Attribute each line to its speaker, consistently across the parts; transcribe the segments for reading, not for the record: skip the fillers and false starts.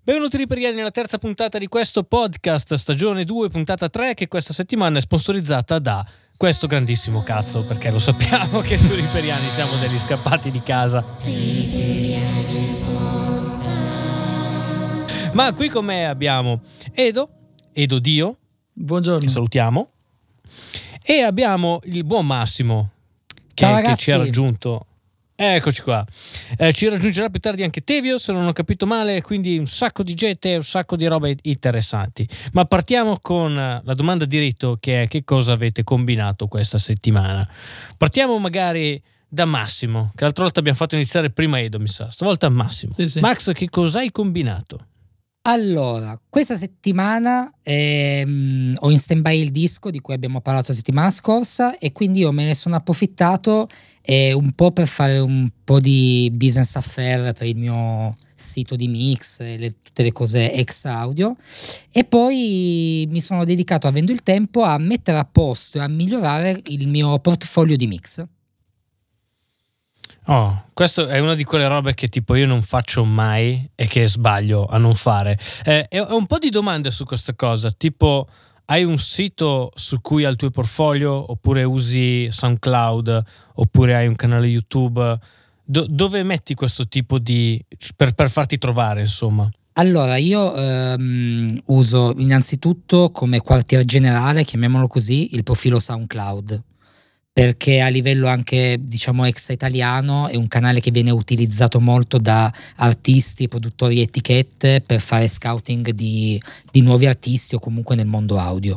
Speaker 1: Benvenuti riperiani nella terza puntata di questo podcast, stagione 2, puntata 3, che questa settimana è sponsorizzata da questo grandissimo cazzo, perché lo sappiamo che su Riperiani siamo degli scappati di casa. Ma qui con me abbiamo Edo Dio,
Speaker 2: buongiorno,
Speaker 1: che salutiamo, e abbiamo il buon Massimo, che ci ha raggiunto. Eccoci qua. Ci raggiungerà più tardi anche Tevio, se non ho capito male, quindi un sacco di gente, un sacco di robe interessanti. Ma partiamo con la domanda di rito, che è: che cosa avete combinato questa settimana? Partiamo magari da Massimo, che l'altra volta abbiamo fatto iniziare prima Edo, mi sa. Stavolta Massimo.
Speaker 2: Sì.
Speaker 1: Max, che cosa hai combinato?
Speaker 3: Allora, questa settimana ho in stand-by il disco di cui abbiamo parlato la settimana scorsa, e quindi io me ne sono approfittato un po' per fare un po' di business affair per il mio sito di mix e tutte le cose ex audio, e poi mi sono dedicato, avendo il tempo, a mettere a posto e a migliorare il mio portfolio di mix.
Speaker 1: Oh, questo è una di quelle robe che tipo io non faccio mai e che sbaglio a non fare. Ho un po' di domande su questa cosa, tipo: hai un sito su cui hai il tuo portfolio, oppure usi SoundCloud, oppure hai un canale YouTube? Dove metti questo tipo di per farti trovare, insomma?
Speaker 3: Allora, io uso innanzitutto come quartier generale, chiamiamolo così, il profilo SoundCloud, perché a livello anche, diciamo, extra italiano è un canale che viene utilizzato molto da artisti, produttori e etichette per fare scouting di nuovi artisti o comunque nel mondo audio.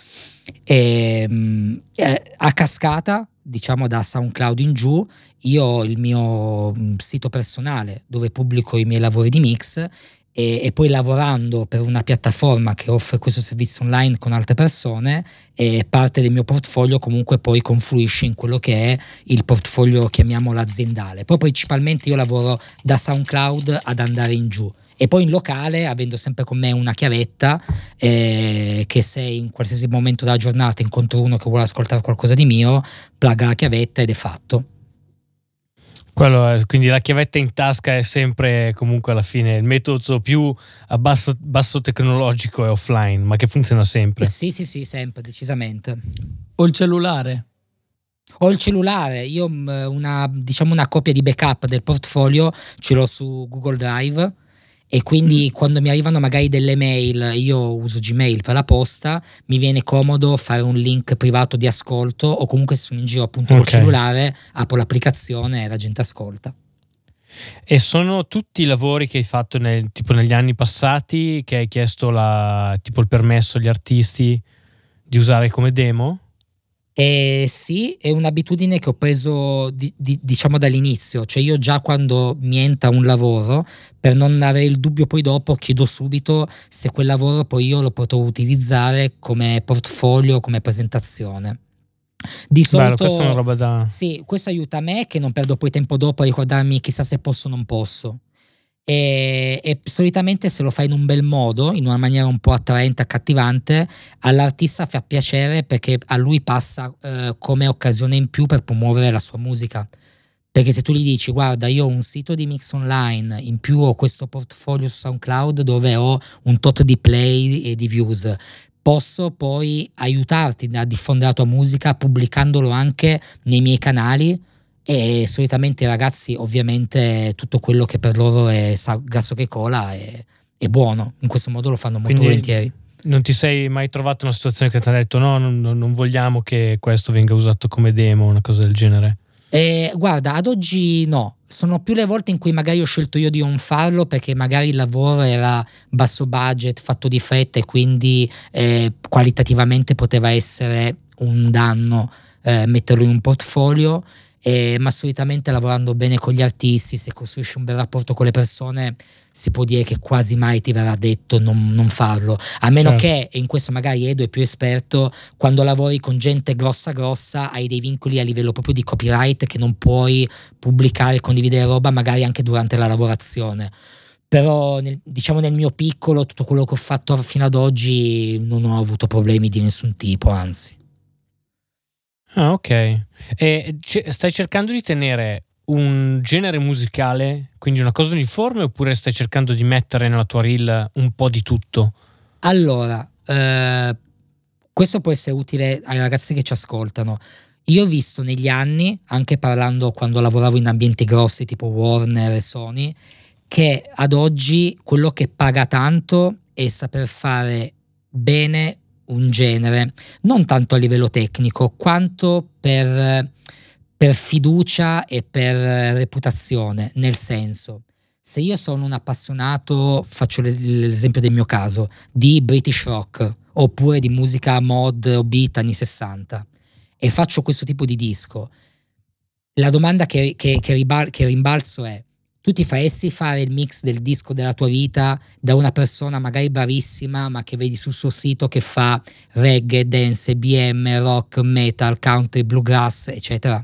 Speaker 3: A cascata, diciamo, da SoundCloud in giù, io ho il mio sito personale dove pubblico i miei lavori di mix, e poi, lavorando per una piattaforma che offre questo servizio online con altre persone, parte del mio portfolio comunque poi confluisce in quello che è il portfolio, chiamiamolo aziendale. Poi principalmente io lavoro da SoundCloud ad andare in giù, e poi in locale, avendo sempre con me una chiavetta, che se in qualsiasi momento della giornata incontro uno che vuole ascoltare qualcosa di mio, plaga la chiavetta ed è fatto.
Speaker 1: Quindi la chiavetta in tasca è sempre, comunque, alla fine il metodo più a basso tecnologico è offline, ma che funziona sempre.
Speaker 3: Sì, sempre, decisamente.
Speaker 2: O il cellulare?
Speaker 3: Ho il cellulare, io una copia di backup del portfolio ce l'ho su Google Drive, e quindi quando mi arrivano magari delle mail, io uso Gmail per la posta, mi viene comodo fare un link privato di ascolto, o comunque se sono in giro appunto col cellulare, apro l'applicazione e la gente ascolta.
Speaker 1: E sono tutti i lavori che hai fatto negli anni passati, che hai chiesto tipo il permesso agli artisti di usare come demo?
Speaker 3: Sì, è un'abitudine che ho preso diciamo dall'inizio, cioè io già quando mi entra un lavoro, per non avere il dubbio poi dopo, chiedo subito se quel lavoro poi io lo potrò utilizzare come portfolio, come presentazione. Di solito,
Speaker 1: bello, questa è una roba da...
Speaker 3: Sì, questo aiuta me, che non perdo poi tempo dopo a ricordarmi chissà se posso o non posso. E solitamente, se lo fai in un bel modo, in una maniera un po' attraente, accattivante, all'artista fa piacere, perché a lui passa come occasione in più per promuovere la sua musica. Perché se tu gli dici: guarda, io ho un sito di mix online, in più ho questo portfolio su SoundCloud dove ho un tot di play e di views, posso poi aiutarti a diffondere la tua musica pubblicandolo anche nei miei canali. E solitamente i ragazzi, ovviamente, tutto quello che per loro è grasso che cola è buono. In questo modo lo fanno molto volentieri.
Speaker 1: Non ti sei mai trovato in una situazione che ti ha detto: no, non vogliamo che questo venga usato come demo, una cosa del genere?
Speaker 3: Guarda, ad oggi no. Sono più le volte in cui magari ho scelto io di non farlo, perché magari il lavoro era basso budget, fatto di fretta, e quindi qualitativamente poteva essere un danno metterlo in un portfolio. Ma solitamente, lavorando bene con gli artisti, se costruisci un bel rapporto con le persone, si può dire che quasi mai ti verrà detto non farlo, a meno che, e in questo magari Edo è più esperto, quando lavori con gente grossa hai dei vincoli a livello proprio di copyright, che non puoi pubblicare e condividere roba magari anche durante la lavorazione. Però nel mio piccolo, tutto quello che ho fatto fino ad oggi, non ho avuto problemi di nessun tipo, anzi.
Speaker 1: Ah, ok. E stai cercando di tenere un genere musicale, quindi una cosa uniforme, oppure stai cercando di mettere nella tua reel un po' di tutto?
Speaker 3: Allora, questo può essere utile ai ragazzi che ci ascoltano. Io ho visto negli anni, anche parlando quando lavoravo in ambienti grossi tipo Warner e Sony, che ad oggi quello che paga tanto è saper fare bene un genere, non tanto a livello tecnico quanto per fiducia e per reputazione. Nel senso, se io sono un appassionato, faccio l'esempio del mio caso, di British rock oppure di musica mod o beat anni 60, e faccio questo tipo di disco, la domanda che rimbalzo è: tu ti faresti fare il mix del disco della tua vita da una persona magari bravissima, ma che vedi sul suo sito che fa reggae, dance, EBM, rock, metal, country, bluegrass, eccetera?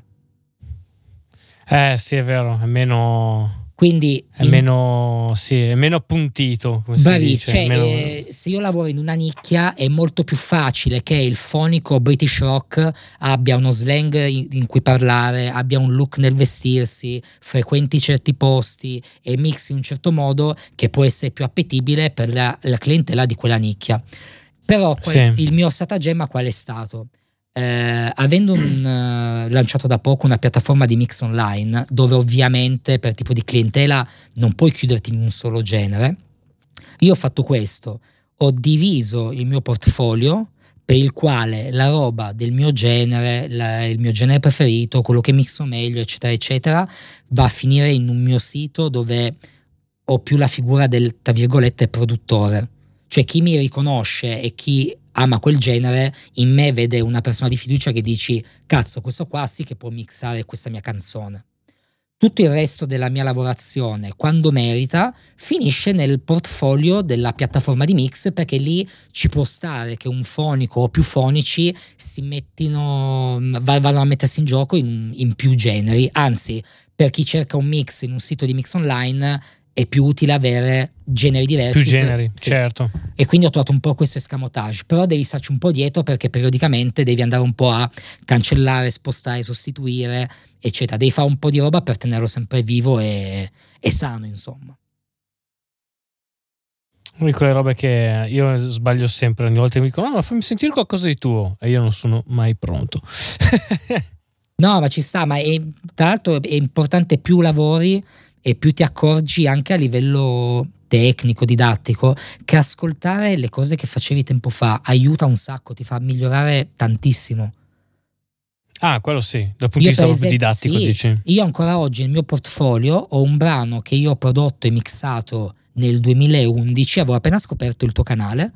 Speaker 1: Sì, è vero, è meno...
Speaker 3: Quindi
Speaker 1: è meno appuntito, come si dice.
Speaker 3: Cioè, se io lavoro in una nicchia è molto più facile che il fonico British rock abbia uno slang in cui parlare, abbia un look nel vestirsi, frequenti certi posti e mixi in un certo modo che può essere più appetibile per la clientela di quella nicchia. Però il mio stratagemma qual è stato? Avendo lanciato da poco una piattaforma di mix online, dove ovviamente per tipo di clientela non puoi chiuderti in un solo genere, io ho fatto questo: ho diviso il mio portfolio per il quale la roba del mio genere, il mio genere preferito, quello che mixo meglio, eccetera eccetera, va a finire in un mio sito dove ho più la figura del, tra virgolette, produttore. Cioè chi mi riconosce e chi ama quel genere in me vede una persona di fiducia che dici: cazzo, questo qua sì che può mixare questa mia canzone. Tutto il resto della mia lavorazione, quando merita, finisce nel portfolio della piattaforma di mix, perché lì ci può stare che un fonico o più fonici vanno a mettersi in gioco in più generi. Anzi, per chi cerca un mix in un sito di mix online è più utile avere generi diversi.
Speaker 1: Più generi, certo.
Speaker 3: E quindi ho trovato un po' questo escamotage, però devi starci un po' dietro, perché periodicamente devi andare un po' a cancellare, spostare, sostituire, eccetera. Devi fare un po' di roba per tenerlo sempre vivo e sano, insomma.
Speaker 1: Una di quelle robe che io sbaglio sempre, ogni volta che mi dicono: no, ma fammi sentire qualcosa di tuo, e io non sono mai pronto.
Speaker 3: No, ma ci sta, ma tra l'altro è importante, più lavori e più ti accorgi anche a livello tecnico, didattico, che ascoltare le cose che facevi tempo fa aiuta un sacco, ti fa migliorare tantissimo.
Speaker 1: Ah, quello sì, dal punto di vista proprio didattico,
Speaker 3: sì,
Speaker 1: dici.
Speaker 3: Io ancora oggi nel mio portfolio ho un brano che io ho prodotto e mixato nel 2011, avevo appena scoperto il tuo canale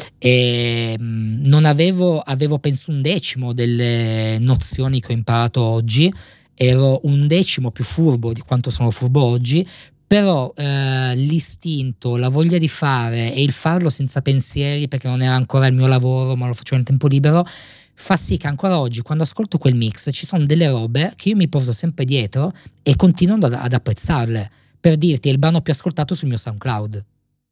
Speaker 3: e non avevo penso 1/10 delle nozioni che ho imparato oggi, ero 1/10 più furbo di quanto sono furbo oggi, però l'istinto, la voglia di fare e il farlo senza pensieri, perché non era ancora il mio lavoro ma lo facevo nel tempo libero, fa sì che ancora oggi quando ascolto quel mix ci sono delle robe che io mi porto sempre dietro e continuo ad apprezzarle. Per dirti, è il brano più ascoltato sul mio SoundCloud.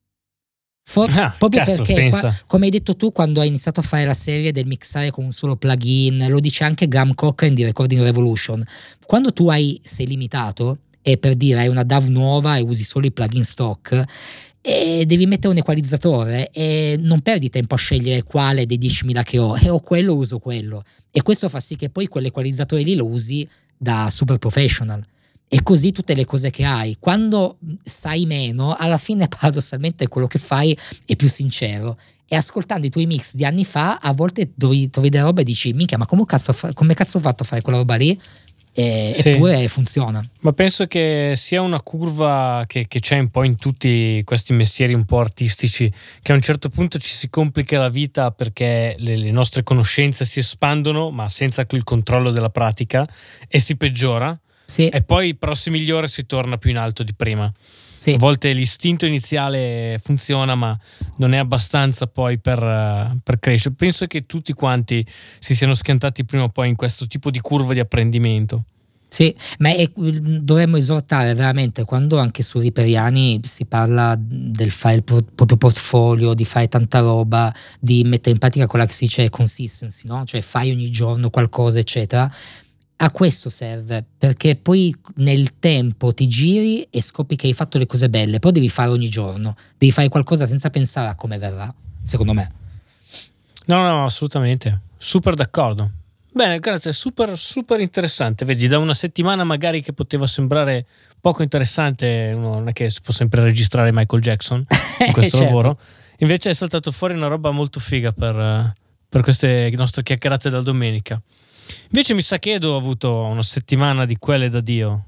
Speaker 3: Proprio
Speaker 1: cazzo,
Speaker 3: perché, come hai detto tu, quando hai iniziato a fare la serie del mixare con un solo plugin, lo dice anche Graham Cochran di Recording Revolution, quando tu sei limitato e per dire hai una DAW nuova e usi solo i plugin stock e devi mettere un equalizzatore e non perdi tempo a scegliere quale dei 10.000 che ho, e ho quello, uso quello, e questo fa sì che poi quell'equalizzatore lì lo usi da super professional. E così tutte le cose che hai, quando sai meno, alla fine paradossalmente quello che fai è più sincero, e ascoltando i tuoi mix di anni fa a volte trovi delle robe e dici: minchia, ma come cazzo ho fatto a fare quella roba lì? Sì. Eppure funziona.
Speaker 1: Ma penso che sia una curva che c'è un po' in tutti questi mestieri un po' artistici, che a un certo punto ci si complica la vita perché le nostre conoscenze si espandono, ma senza il controllo della pratica, e si peggiora. Sì. E poi però si migliora e si torna più in alto di prima. Sì. A volte l'istinto iniziale funziona, ma non è abbastanza poi per crescere. Penso che tutti quanti si siano schiantati prima o poi in questo tipo di curva di apprendimento.
Speaker 3: Sì, ma dovremmo esortare veramente, quando anche su Riperiani si parla del fare il proprio portfolio, di fare tanta roba, di mettere in pratica quella che si dice consistency, no? Cioè fai ogni giorno qualcosa, eccetera. A questo serve, perché poi nel tempo ti giri e scopri che hai fatto le cose belle, poi devi fare ogni giorno, devi fare qualcosa senza pensare a come verrà, secondo me.
Speaker 1: No, assolutamente, super d'accordo. Bene, grazie, super interessante. Vedi, da una settimana magari che poteva sembrare poco interessante, non è che si può sempre registrare Michael Jackson in questo
Speaker 3: certo.
Speaker 1: lavoro, invece è saltato fuori una roba molto figa per queste nostre chiacchierate della domenica. Invece mi sa che Edo ha avuto una settimana di quelle da Dio.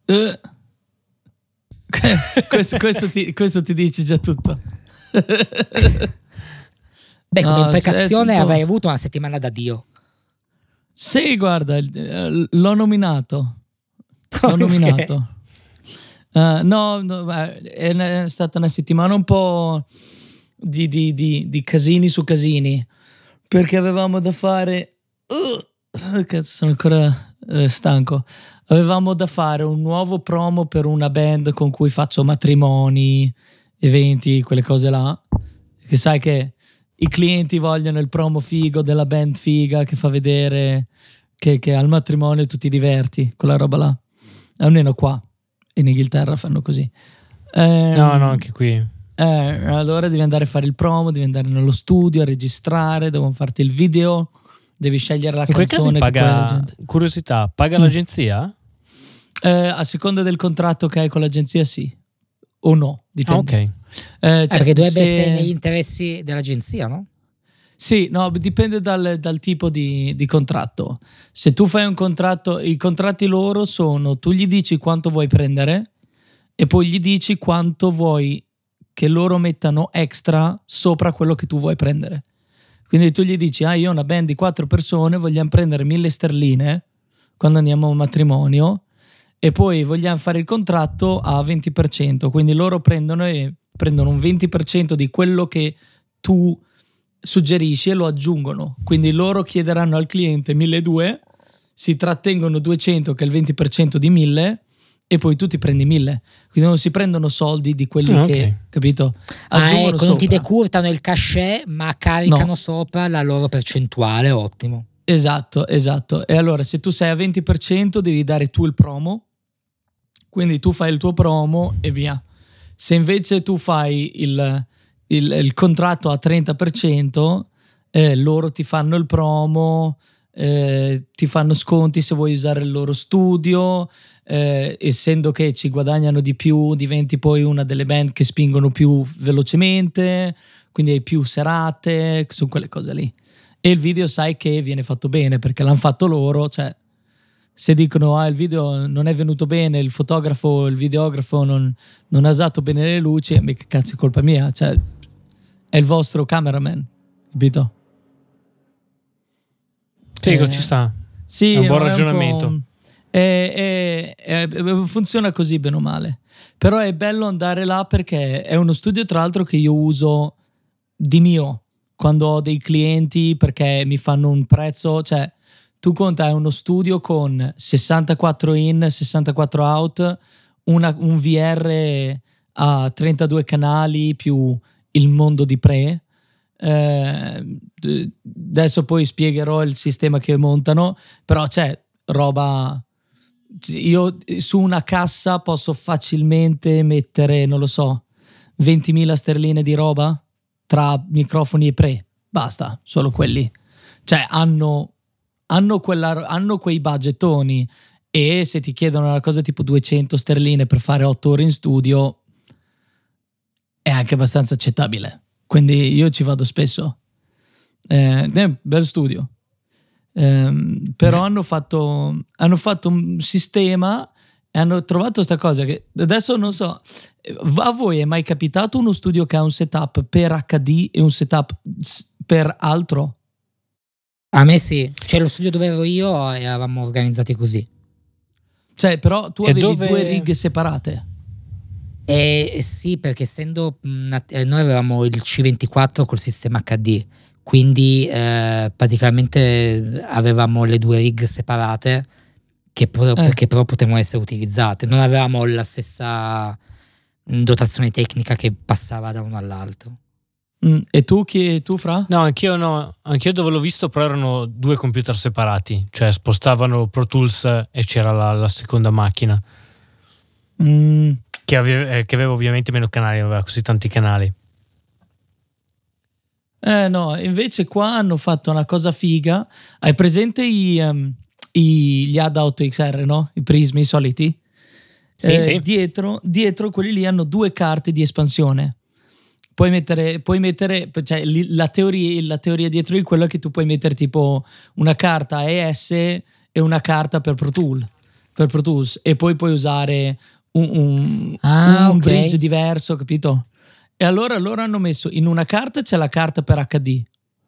Speaker 2: Questo ti dice già tutto.
Speaker 3: Beh, come imprecazione avrei avuto una settimana da Dio.
Speaker 2: Sì, guarda, l'ho nominato. È stata una settimana un po' di casini su casini, perché avevamo da fare sono ancora stanco. Avevamo da fare un nuovo promo per una band con cui faccio matrimoni, eventi, quelle cose là, che sai che i clienti vogliono il promo figo della band figa che fa vedere che al matrimonio tu ti diverti, quella roba là. Almeno qua in Inghilterra fanno così.
Speaker 1: No, anche qui.
Speaker 2: Allora devi andare a fare il promo, devi andare nello studio a registrare, devono farti il video, devi scegliere la canzone.
Speaker 1: Curiosità, paga l'agenzia?
Speaker 2: A seconda del contratto che hai con l'agenzia, sì o no, dipende.
Speaker 1: Ok.
Speaker 3: Perché dovrebbe essere negli interessi dell'agenzia, no?
Speaker 2: Sì, no, dipende dal tipo di contratto. Se tu fai un contratto, i contratti loro sono, tu gli dici quanto vuoi prendere e poi gli dici quanto vuoi che loro mettano extra sopra quello che tu vuoi prendere. Quindi tu gli dici, io ho una band di 4 persone, vogliamo prendere 1.000 sterline quando andiamo a un matrimonio e poi vogliamo fare il contratto a 20%, quindi loro prendono un 20% di quello che tu suggerisci e lo aggiungono, quindi loro chiederanno al cliente 1.200, si trattengono 200 che è il 20% di 1.000 e poi tu ti prendi 1.000, quindi non si prendono soldi di quelli che, capito? Aggiungono
Speaker 3: non ti decurtano il cachet ma caricano sopra la loro percentuale. Ottimo. Esatto,
Speaker 2: e allora se tu sei a 20% devi dare tu il promo, quindi tu fai il tuo promo e via. Se invece tu fai il contratto a 30%, loro ti fanno il promo, ti fanno sconti se vuoi usare il loro studio, essendo che ci guadagnano di più diventi poi una delle band che spingono più velocemente, quindi hai più serate, su quelle cose lì. E il video sai che viene fatto bene perché l'hanno fatto loro, cioè se dicono il video non è venuto bene, il videografo non ha usato bene le luci, che cazzo è colpa mia, cioè è il vostro cameraman, capito?
Speaker 1: Figo, ci sta.
Speaker 2: Sì,
Speaker 1: è un buon ragionamento.
Speaker 2: Funziona così bene o male. Però è bello andare là perché è uno studio tra l'altro che io uso di mio quando ho dei clienti perché mi fanno un prezzo, cioè tu conta è uno studio con 64 in, 64 out, un VR a 32 canali più il mondo di pre. Adesso poi spiegherò il sistema che montano, però c'è roba. Io su una cassa posso facilmente mettere, non lo so, 20.000 sterline di roba tra microfoni e pre, basta, solo quelli. Cioè hanno quei budgetoni e se ti chiedono una cosa tipo 200 sterline per fare 8 ore in studio è anche abbastanza accettabile, quindi io ci vado spesso. Bel studio. Però hanno fatto un sistema e hanno trovato sta cosa che adesso non so, a voi è mai capitato uno studio che ha un setup per HD e un setup per altro?
Speaker 3: A me sì, cioè lo studio dove ero io eravamo organizzati così.
Speaker 2: Cioè però tu avevi 2 rig separate?
Speaker 3: Sì, perché essendo noi avevamo il C24 col sistema HD, quindi praticamente avevamo le 2 rig separate che però potevano essere utilizzate, non avevamo la stessa dotazione tecnica che passava da uno all'altro.
Speaker 2: E tu Fra?
Speaker 1: No, anch'io dove l'ho visto, però erano 2 computer separati, cioè spostavano Pro Tools e c'era la seconda macchina che aveva ovviamente meno canali, non aveva così tanti canali.
Speaker 2: No, invece qua hanno fatto una cosa figa. Hai presente gli Ad Auto XR, no? I prismi soliti?
Speaker 1: Sì.
Speaker 2: Dietro quelli lì hanno 2 carte di espansione. Puoi mettere, cioè la teoria dietro di quello è che tu puoi mettere tipo una carta AES e una carta per Pro Tools, e poi puoi usare un bridge diverso, capito? E allora loro hanno messo in una carta c'è la carta per HD,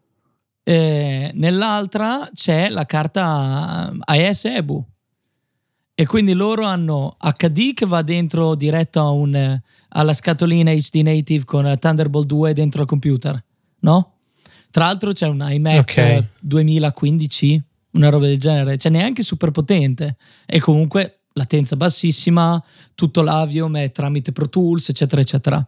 Speaker 2: nell'altra c'è la carta AES EBU, e quindi loro hanno HD che va dentro diretto alla scatolina HD Native con Thunderbolt 2 dentro al computer, no? Tra l'altro c'è un iMac 2015, una roba del genere, cioè neanche super potente, e comunque latenza bassissima, tutto l'Aviom è tramite Pro Tools, eccetera eccetera.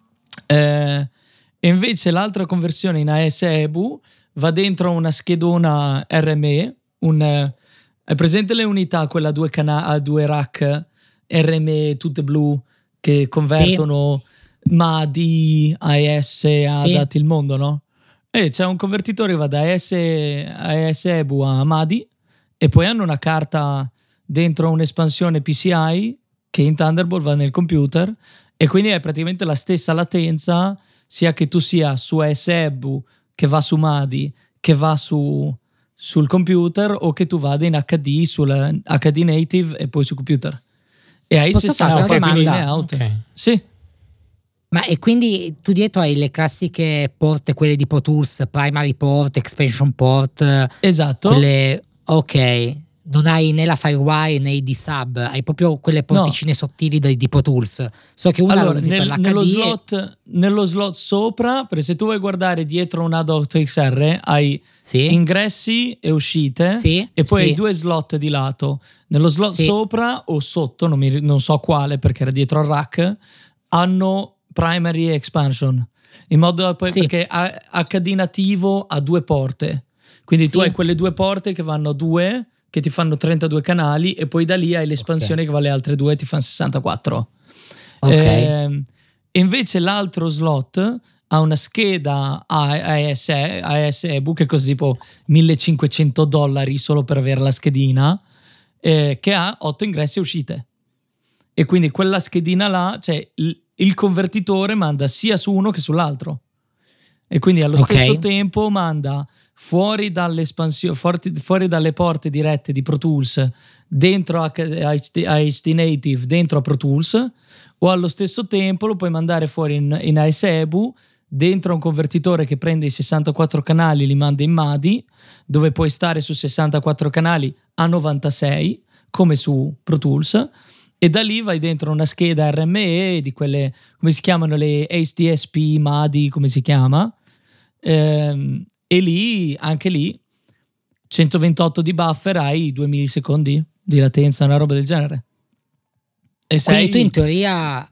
Speaker 2: E invece l'altra conversione in AES EBU va dentro una schedona RME, hai presente le unità, quella a 2 rack RME tutte blu che convertono MADI, AES, ADAT, il mondo, no? E c'è un convertitore che va da AES EBU a MADI, e poi hanno una carta dentro un'espansione PCI che in Thunderbolt va nel computer, e quindi è praticamente la stessa latenza, sia che tu sia su AES EBU che va su MADI che va sul computer, o che tu vada in HD sul HD native e poi sul computer, e hai 64 linee out. Sì.
Speaker 3: Ma e quindi tu dietro hai le classiche porte, quelle di Pro Tools, primary port, expansion port.
Speaker 2: Esatto.
Speaker 3: Quelle, ok. Non hai né la Firewire né i D-Sub, hai proprio quelle porticine sottili di Pro Tools. So che una
Speaker 2: allora,
Speaker 3: usi per l'HD
Speaker 2: nello slot sopra, perché se tu vuoi guardare dietro un Ad Auto XR hai ingressi e uscite, e poi hai 2 slot di lato. Nello slot sopra o sotto, non so quale perché era dietro al rack, hanno primary e expansion, in modo perché HD nativo ha 2 porte, quindi tu hai quelle 2 porte che vanno a 2, che ti fanno 32 canali, e poi da lì hai l'espansione che va alle altre 2 e ti fanno 64. E invece l'altro slot ha una scheda AES EBU che costa tipo $1.500 solo per avere la schedina, che ha 8 ingressi e uscite, e quindi quella schedina là, cioè il convertitore manda sia su uno che sull'altro, e quindi allo stesso tempo manda fuori dalle porte dirette di Pro Tools dentro a HD Native dentro a Pro Tools, o allo stesso tempo lo puoi mandare fuori in AES EBU dentro un convertitore che prende i 64 canali e li manda in MADI, dove puoi stare su 64 canali a 96 come su Pro Tools, e da lì vai dentro una scheda RME di quelle, come si chiamano, le HDSP MADI, come si chiama, e lì, anche lì, 128 di buffer, hai 2 millisecondi di latenza, una roba del genere. E
Speaker 3: quindi tu in teoria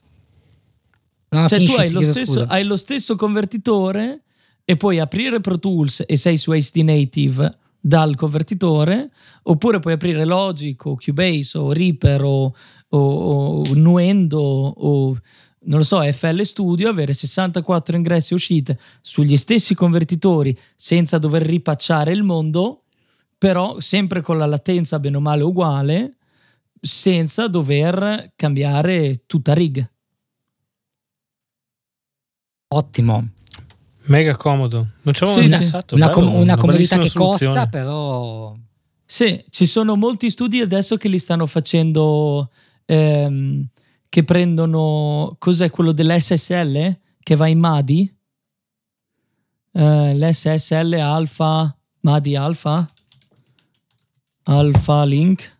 Speaker 2: tu hai lo stesso convertitore, e puoi aprire Pro Tools e sei su HD Native dal convertitore, oppure puoi aprire Logic o Cubase o Reaper o Nuendo o non lo so, FL Studio, avere 64 ingressi e uscite sugli stessi convertitori senza dover ripatchare il mondo, però sempre con la latenza bene o male uguale, senza dover cambiare tutta rig.
Speaker 3: Ottimo.
Speaker 1: Mega comodo. Non ci avevo pensato.
Speaker 3: Una comodità che costa, però.
Speaker 2: Sì, ci sono molti studi adesso che li stanno facendo, che prendono, cos'è quello dell'SSL che va in MADI? L'SSL Alpha, MADI Alpha Link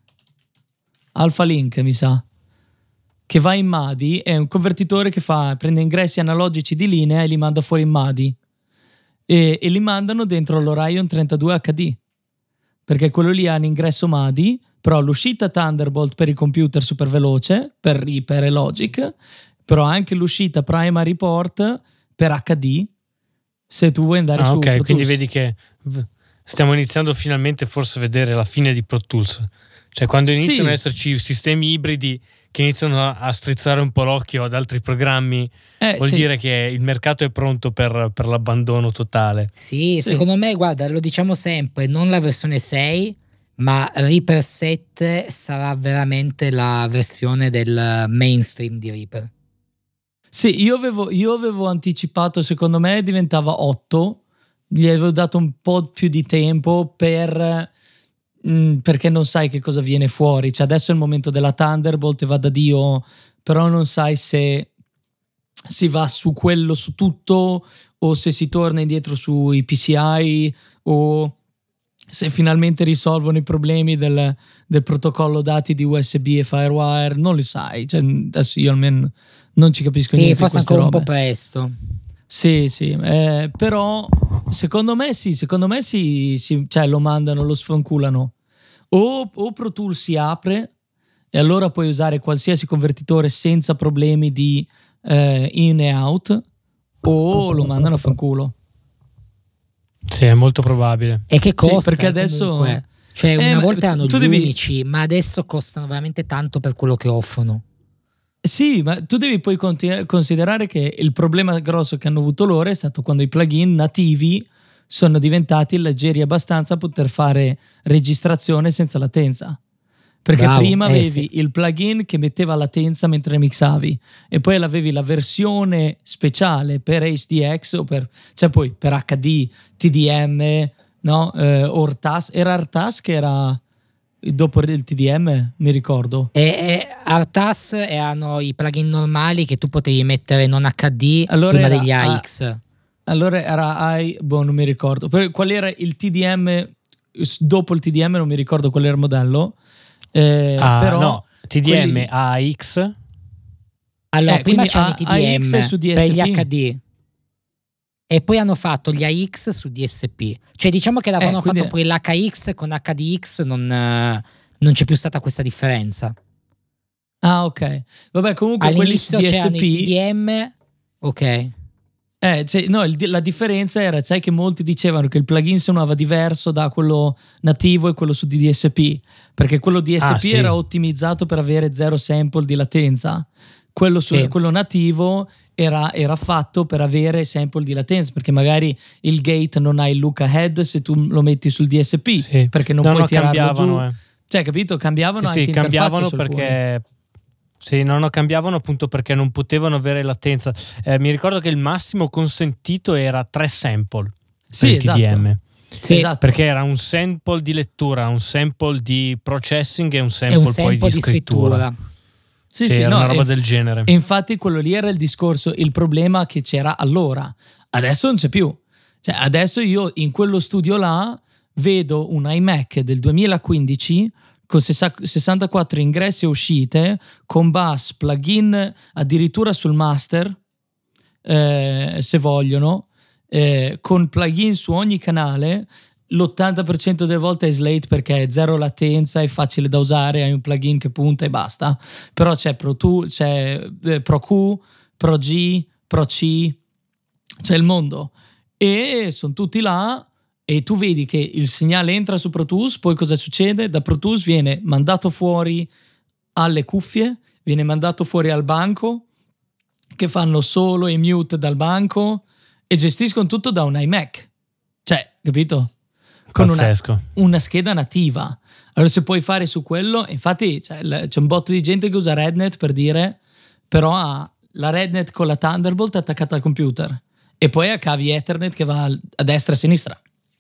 Speaker 2: mi sa, che va in MADI, è un convertitore che prende ingressi analogici di linea e li manda fuori in MADI, e li mandano dentro l'Orion 32 HD, perché quello lì ha un ingresso MADI, però l'uscita Thunderbolt per i computer super veloce, per Reaper e Logic, però anche l'uscita Primary Port per HD, se tu vuoi andare su
Speaker 1: ok,
Speaker 2: Pro Tools.
Speaker 1: quindi vedi che stiamo iniziando finalmente forse a vedere la fine di Pro Tools, cioè quando iniziano ad esserci sistemi ibridi che iniziano a strizzare un po' l'occhio ad altri programmi, vuol dire che il mercato è pronto per l'abbandono totale.
Speaker 3: Sì, secondo me, guarda, lo diciamo sempre, non la versione 6, ma Reaper 7 sarà veramente la versione del mainstream di Reaper.
Speaker 2: Sì, io avevo anticipato, secondo me diventava 8, gli avevo dato un po' più di tempo perché non sai che cosa viene fuori, cioè adesso è il momento della Thunderbolt e va da Dio, però non sai se si va su quello su tutto o se si torna indietro sui PCI o se finalmente risolvono i problemi del protocollo dati di USB e Firewire, non li sai, cioè adesso io almeno non ci capisco niente.
Speaker 3: Forse
Speaker 2: di queste
Speaker 3: ancora
Speaker 2: robe.
Speaker 3: Un po' presto.
Speaker 2: Sì, però secondo me cioè lo mandano, lo sfanculano. O Pro Tools si apre e allora puoi usare qualsiasi convertitore senza problemi di in e out, o lo mandano a fanculo.
Speaker 1: Sì, è molto probabile.
Speaker 3: E che costa?
Speaker 2: Sì, perché adesso
Speaker 3: comunque. Cioè una volta erano gli
Speaker 2: devi...
Speaker 3: unici, ma adesso costano veramente tanto per quello che offrono.
Speaker 2: Sì, ma tu devi poi considerare che il problema grosso che hanno avuto loro è stato quando i plugin nativi sono diventati leggeri abbastanza a poter fare registrazione senza latenza. Perché prima avevi il plugin che metteva latenza mentre mixavi e poi avevi la versione speciale per HDX o cioè poi per HD, TDM, no? O RTAS. Era RTAS che era dopo il TDM, mi ricordo.
Speaker 3: E RTAS erano i plugin normali che tu potevi mettere non HD prima degli AX.
Speaker 2: Allora era non mi ricordo. Qual era il TDM dopo il TDM, non mi ricordo qual era il modello. Però
Speaker 1: no, TDM AX.
Speaker 3: Allora prima c'erano i TDM
Speaker 2: su DSP.
Speaker 3: per gli HD e poi hanno fatto gli AX su DSP, cioè diciamo che l'avevano fatto poi l'HX con HDX, non c'è più stata questa differenza.
Speaker 2: Ok, vabbè, comunque
Speaker 3: all'inizio
Speaker 2: quelli su
Speaker 3: c'erano
Speaker 2: DSP,
Speaker 3: i TDM, ok.
Speaker 2: La differenza era, sai, che molti dicevano che il plugin suonava diverso da quello nativo e quello su DSP, perché quello DSP era ottimizzato per avere 0 sample di latenza, quello nativo era fatto per avere sample di latenza, perché magari il gate non ha il look ahead se tu lo metti sul DSP, perché non puoi tirarlo giù. Cioè, capito? Cambiavano anche interfacce.
Speaker 1: Cambiavano perché... Sì, non cambiavano appunto perché non potevano avere latenza. Mi ricordo che il massimo consentito era 3 sample per il TDM.
Speaker 2: Sì, esatto.
Speaker 1: Perché era un sample di lettura, un sample di processing e un sample poi di scrittura. Sì, era una roba del genere.
Speaker 2: E infatti quello lì era il discorso, il problema che c'era allora. Adesso non c'è più. Cioè, adesso io in quello studio là vedo un iMac del 2015 con 64 ingressi e uscite, con bus, plugin addirittura sul master, se vogliono, con plugin su ogni canale. L'80% delle volte è slate perché è zero latenza, è facile da usare, hai un plugin che punta e basta. Però c'è Pro Q, Pro G, Pro C, c'è il mondo. E sono tutti là. E tu vedi che il segnale entra su Pro Tools, poi cosa succede? Da Pro Tools viene mandato fuori alle cuffie, viene mandato fuori al banco, che fanno solo e mute dal banco e gestiscono tutto da un iMac. Cioè, capito? Con una scheda nativa. Allora se puoi fare su quello, infatti c'è un botto di gente che usa RedNet per dire, però ha la RedNet con la Thunderbolt attaccata al computer e poi ha cavi Ethernet che va a destra e a sinistra.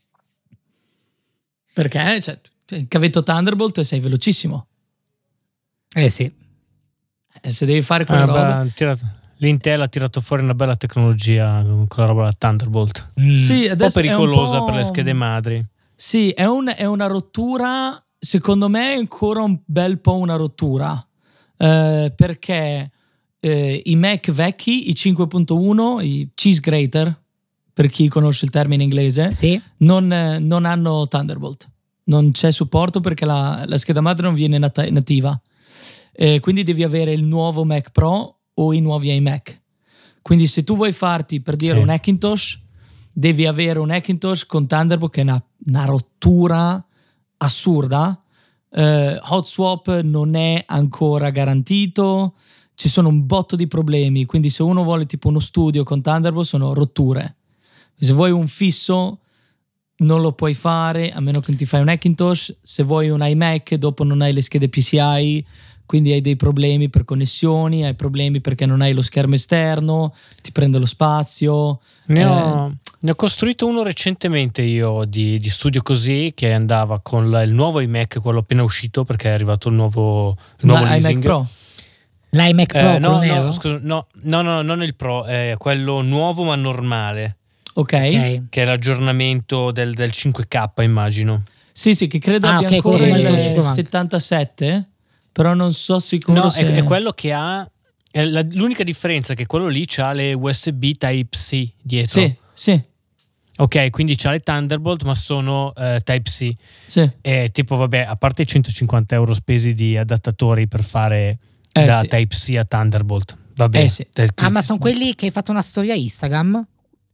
Speaker 2: Perché il cavetto Thunderbolt sei velocissimo.
Speaker 3: Sì.
Speaker 2: Se devi fare quella roba...
Speaker 1: L'Intel ha tirato fuori una bella tecnologia con la roba della Thunderbolt.
Speaker 2: Sì,
Speaker 1: un po' pericolosa per le schede madri.
Speaker 2: Sì, è una rottura, secondo me è ancora un bel po' una rottura, perché i Mac vecchi, i 5.1, i cheese grater, per chi conosce il termine inglese, non hanno Thunderbolt, non c'è supporto perché la scheda madre non viene nativa, quindi devi avere il nuovo Mac Pro o i nuovi iMac. Quindi se tu vuoi farti, per dire, un Hackintosh devi avere un Hackintosh con Thunderbolt che è una rottura assurda. Hot swap non è ancora garantito, ci sono un botto di problemi, quindi se uno vuole tipo uno studio con Thunderbolt sono rotture. Se vuoi un fisso non lo puoi fare a meno che non ti fai un Hackintosh. Se vuoi un iMac dopo non hai le schede PCI, quindi hai dei problemi per connessioni, hai problemi perché non hai lo schermo esterno, ti prende lo spazio.
Speaker 1: Ne ho costruito uno recentemente io di studio così, che andava con il nuovo iMac, quello appena uscito, perché è arrivato il nuovo leasing.
Speaker 2: iMac Pro?
Speaker 3: L'iMac Pro?
Speaker 1: No, scusa, no, non il Pro, è quello nuovo ma normale.
Speaker 2: Ok.
Speaker 1: Che è l'aggiornamento del 5K, immagino.
Speaker 2: Sì, che credo abbia ancora il 77, però non so sicuro.
Speaker 1: No,
Speaker 2: se...
Speaker 1: è quello che ha. L'unica differenza è che quello lì c'ha le USB Type-C dietro.
Speaker 2: Sì.
Speaker 1: Ok, quindi c'ha le Thunderbolt, ma sono Type-C.
Speaker 2: Sì.
Speaker 1: E tipo, vabbè, a parte i 150 euro spesi di adattatori per fare da Type-C a Thunderbolt. Vabbè.
Speaker 2: Sì.
Speaker 3: Ma sono quelli che hai fatto una storia Instagram?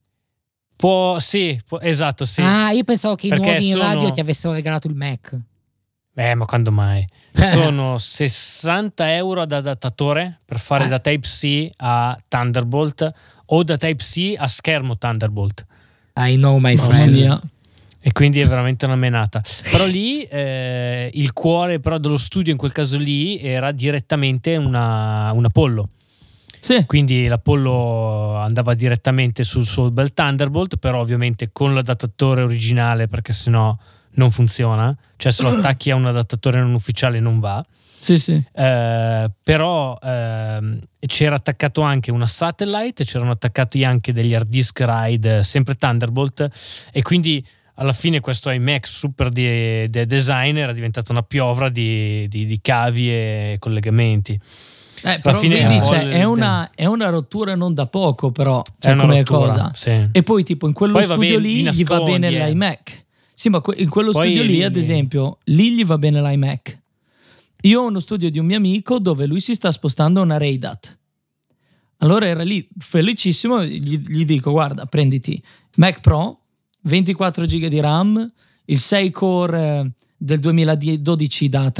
Speaker 1: Esatto, sì.
Speaker 3: Io pensavo che i nuovi in radio ti avessero regalato il Mac.
Speaker 1: Ma quando mai? Sono 60 euro ad adattatore per fare da Type-C a Thunderbolt o da Type-C a schermo Thunderbolt.
Speaker 3: I know my friend.
Speaker 1: E quindi è veramente una menata. Però lì il cuore però dello studio in quel caso lì era direttamente una Apollo.
Speaker 2: Sì.
Speaker 1: Quindi l'Apollo andava direttamente sul suo bel Thunderbolt, però ovviamente con l'adattatore originale, perché sennò non funziona, cioè se lo attacchi a un adattatore non ufficiale non va.
Speaker 2: Sì.
Speaker 1: Però c'era attaccato anche una satellite, c'erano attaccati anche degli hard disk RAID sempre Thunderbolt, e quindi alla fine questo iMac super di design era diventata una piovra di cavi e collegamenti.
Speaker 2: Però vedi, è una rottura non da poco, però
Speaker 1: è una
Speaker 2: come
Speaker 1: rottura,
Speaker 2: cosa.
Speaker 1: Sì.
Speaker 2: E poi tipo in quello studio lì gli va bene l'iMac. Sì, ma in quello studio lì, ad esempio, lì gli va bene l'iMac. Io ho uno studio di un mio amico dove lui si sta spostando a una Red Hat. Allora era lì felicissimo, gli dico: guarda, prenditi Mac Pro, 24 GB di RAM, il 6 core del 2012 da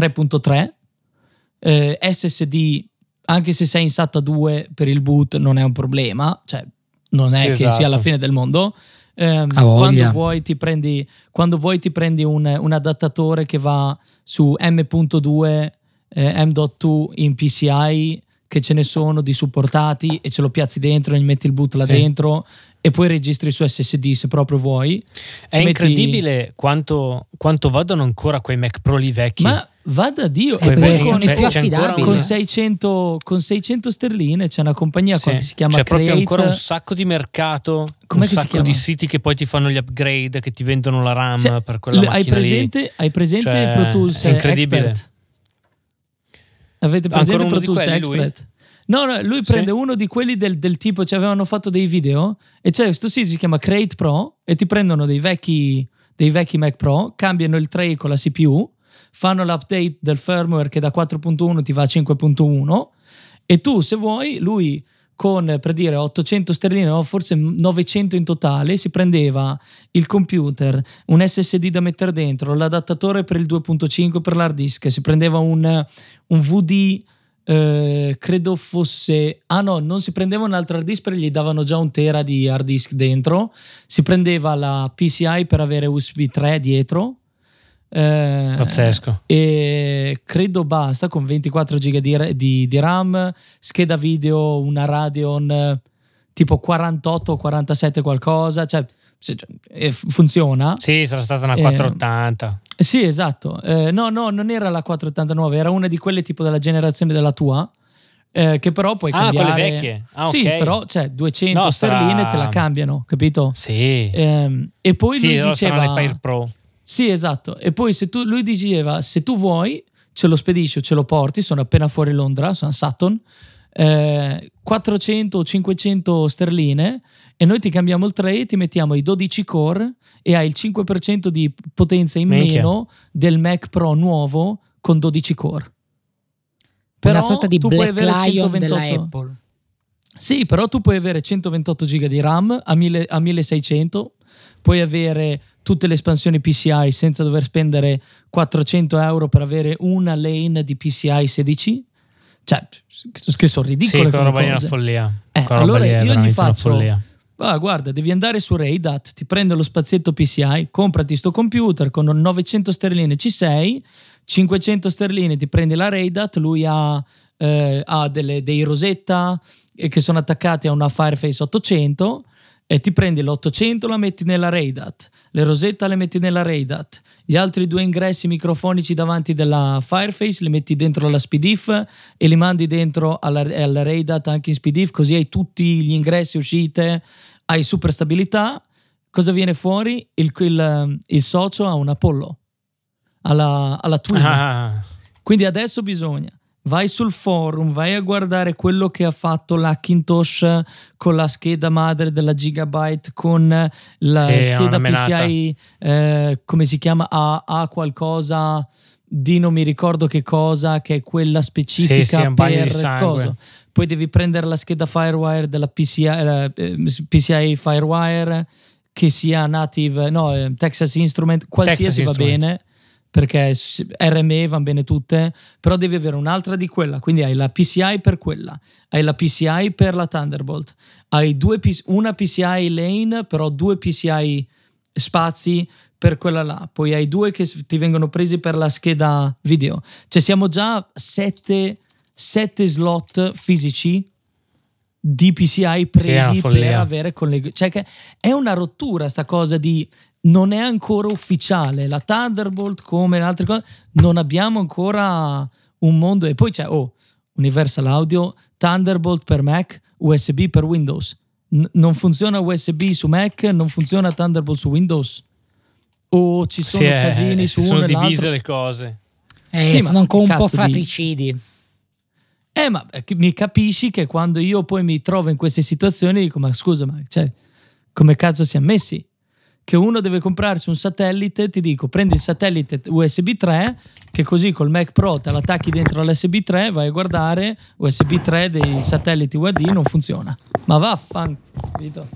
Speaker 2: 3.3, SSD, anche se sei in SATA 2 per il boot non è un problema, cioè non è che sia la fine del mondo. Quando vuoi ti prendi un adattatore che va su M.2 M.2 in PCI, che ce ne sono di supportati, e ce lo piazzi dentro e gli metti il boot là dentro e poi registri su SSD se proprio vuoi.
Speaker 1: È incredibile quanto vadano ancora quei Mac Pro lì vecchi.
Speaker 2: Ma vada Dio, con 600 sterline c'è una compagnia che si chiama
Speaker 1: c'è
Speaker 2: Create.
Speaker 1: Proprio ancora un sacco di mercato, un sacco di siti che poi ti fanno gli upgrade, che ti vendono la RAM per quella macchina lì.
Speaker 2: Hai presente Pro Tools
Speaker 1: è incredibile.
Speaker 2: Expert? Avete presente Pro Tools Expert? No, lui prende uno di quelli del tipo, cioè avevano fatto dei video e c'è questo sito, si chiama Create Pro, e ti prendono dei vecchi Mac Pro, cambiano il tray con la CPU, fanno l'update del firmware che da 4.1 ti va a 5.1, e tu, se vuoi, lui con, per dire, 800 sterline o forse 900 in totale, si prendeva il computer, un SSD da mettere dentro, l'adattatore per il 2.5 per l'hard disk, si prendeva un VD, credo fosse... no, non si prendeva un altro hard disk perché gli davano già 1 tera di hard disk dentro, si prendeva la PCI per avere USB 3 dietro,
Speaker 1: pazzesco,
Speaker 2: e credo basta, con 24 GB di RAM, scheda video una Radeon tipo 48 o 47 qualcosa, cioè funziona.
Speaker 1: Sì, sarà stata una 480.
Speaker 2: Sì, esatto. No, non era la 489, era una di quelle tipo della generazione della tua, che però puoi cambiare.
Speaker 1: Quelle vecchie.
Speaker 2: Sì,
Speaker 1: Okay.
Speaker 2: Però 200 sterline te la cambiano, capito?
Speaker 1: Sì.
Speaker 2: E poi lui diceva
Speaker 1: le Fire Pro.
Speaker 2: Sì, esatto. E poi lui diceva: se tu vuoi ce lo spedisci o ce lo porti, sono appena fuori Londra, sono a Sutton, 400 o 500 sterline, e noi ti cambiamo il tray e ti mettiamo i 12 core e hai il 5% di potenza in meno del Mac Pro nuovo con 12 core. Però
Speaker 3: una sorta di
Speaker 2: tu
Speaker 3: Black
Speaker 2: puoi avere
Speaker 3: Lion
Speaker 2: 128
Speaker 3: della Apple.
Speaker 2: Sì, però tu puoi avere 128 giga di RAM a 1600, puoi avere tutte le espansioni PCI senza dover spendere 400 euro per avere una lane di PCI 16. Cioè, che sono ridicole.
Speaker 1: Sì, quella roba lì è una follia.
Speaker 2: Allora io gli faccio: guarda, devi andare su Raidat, ti prende lo spazietto PCI, comprati sto computer con 900 sterline C6, 500 sterline ti prendi la Raidat, lui ha dei Rosetta che sono attaccati a una Fireface 800, e ti prendi l'800, la metti nella Raidat, le Rosetta le metti nella Raidat, gli altri 2 ingressi microfonici davanti della Fireface li metti dentro alla SPDIF e li mandi dentro alla Raidat anche in SPDIF, così hai tutti gli ingressi, uscite, hai super stabilità. Cosa viene fuori? Il socio ha un Apollo alla Twin. Quindi adesso bisogna: vai sul forum, vai a guardare quello che ha fatto l'Hackintosh con la scheda madre della Gigabyte, con la scheda PCI, come si chiama? A qualcosa di non mi ricordo che cosa, che è quella specifica per cosa. Poi devi prendere la scheda Firewire della PCI Firewire, che sia native, Texas Instrument, qualsiasi va bene, perché RME van bene tutte, però devi avere un'altra di quella, quindi hai la PCI per quella, hai la PCI per la Thunderbolt, hai una PCI lane, però 2 PCI spazi per quella là, poi hai 2 che ti vengono presi per la scheda video, cioè siamo già a 7 slot fisici di PCI presi per avere cioè che è una rottura sta cosa di non è ancora ufficiale la Thunderbolt come le altre cose, non abbiamo ancora un mondo. E poi c'è Universal Audio, Thunderbolt per Mac, USB per Windows. Non funziona USB su Mac, non funziona Thunderbolt su Windows, o ci sono casini su uno e l'altro. Sono divise
Speaker 1: le cose.
Speaker 3: Sono ancora un po' fratricidi.
Speaker 2: Ma mi capisci che quando io poi mi trovo in queste situazioni dico: ma scusa, cioè, come cazzo siamo messi? Che uno deve comprarsi un satellite, ti dico, prendi il satellite USB 3, che così col Mac Pro te l'attacchi dentro all'USB 3, vai a guardare, USB 3 dei satelliti UAD non funziona. Ma vaffanculo.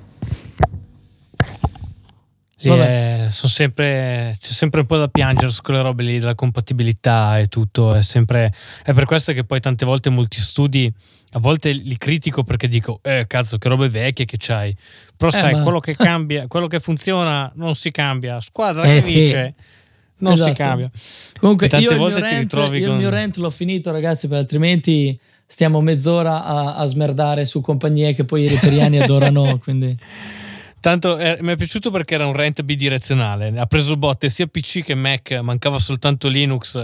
Speaker 1: C'è sempre un po' da piangere su quelle robe lì della compatibilità e tutto, è per questo che poi tante volte molti studi a volte li critico, perché dico cazzo, che robe vecchie che c'hai, però sai, quello che cambia, quello che funziona non si cambia, squadra che vince non si cambia.
Speaker 2: Comunque io il mio rant l'ho finito, ragazzi, per altrimenti stiamo mezz'ora a smerdare su compagnie che poi i riteriani adorano, quindi
Speaker 1: tanto mi è piaciuto perché era un rant bidirezionale, ha preso botte sia PC che Mac, mancava soltanto Linux.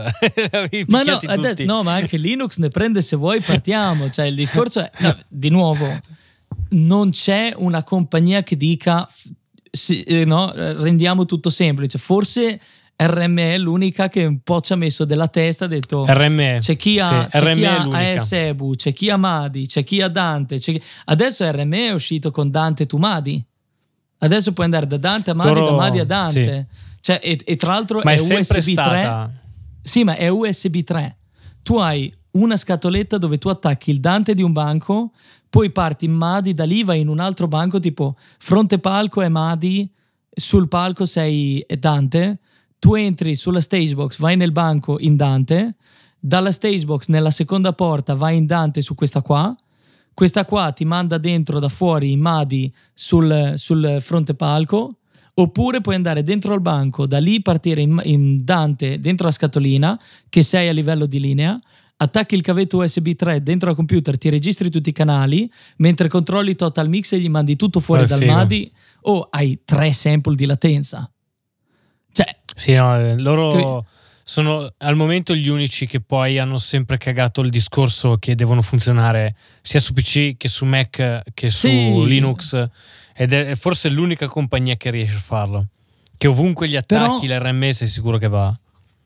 Speaker 2: Ma anche Linux ne prende se vuoi, partiamo, cioè il discorso è di nuovo, non c'è una compagnia che dica rendiamo tutto semplice, forse RME è l'unica che un po' ci ha messo della testa, ha detto
Speaker 1: RME,
Speaker 2: c'è chi ha ASEBU, c'è chi ha Madi, c'è chi ha Dante, adesso RME è uscito con Dante to Madi. Adesso puoi andare da Dante a Madi, da Madi a Dante. Sì. Cioè, e tra l'altro è USB 3. Sì, ma è USB 3. Tu hai una scatoletta dove tu attacchi il Dante di un banco, poi parti in Madi, da lì vai in un altro banco, tipo fronte palco è Madi, sul palco sei Dante, tu entri sulla Stagebox, vai nel banco in Dante, dalla Stagebox nella seconda porta vai in Dante su questa qua ti manda dentro da fuori in Madi sul fronte palco, oppure puoi andare dentro al banco, da lì partire in Dante dentro la scatolina, che sei a livello di linea, attacchi il cavetto USB 3 dentro al computer, ti registri tutti i canali, mentre controlli Total Mix e gli mandi tutto fuori dal Madi, hai 3 sample di latenza. Cioè,
Speaker 1: sì, no, loro sono al momento gli unici che poi hanno sempre cagato il discorso che devono funzionare sia su PC che su Mac che su Linux, ed è forse l'unica compagnia che riesce a farlo, che ovunque gli attacchi l'RMS sei sicuro che va.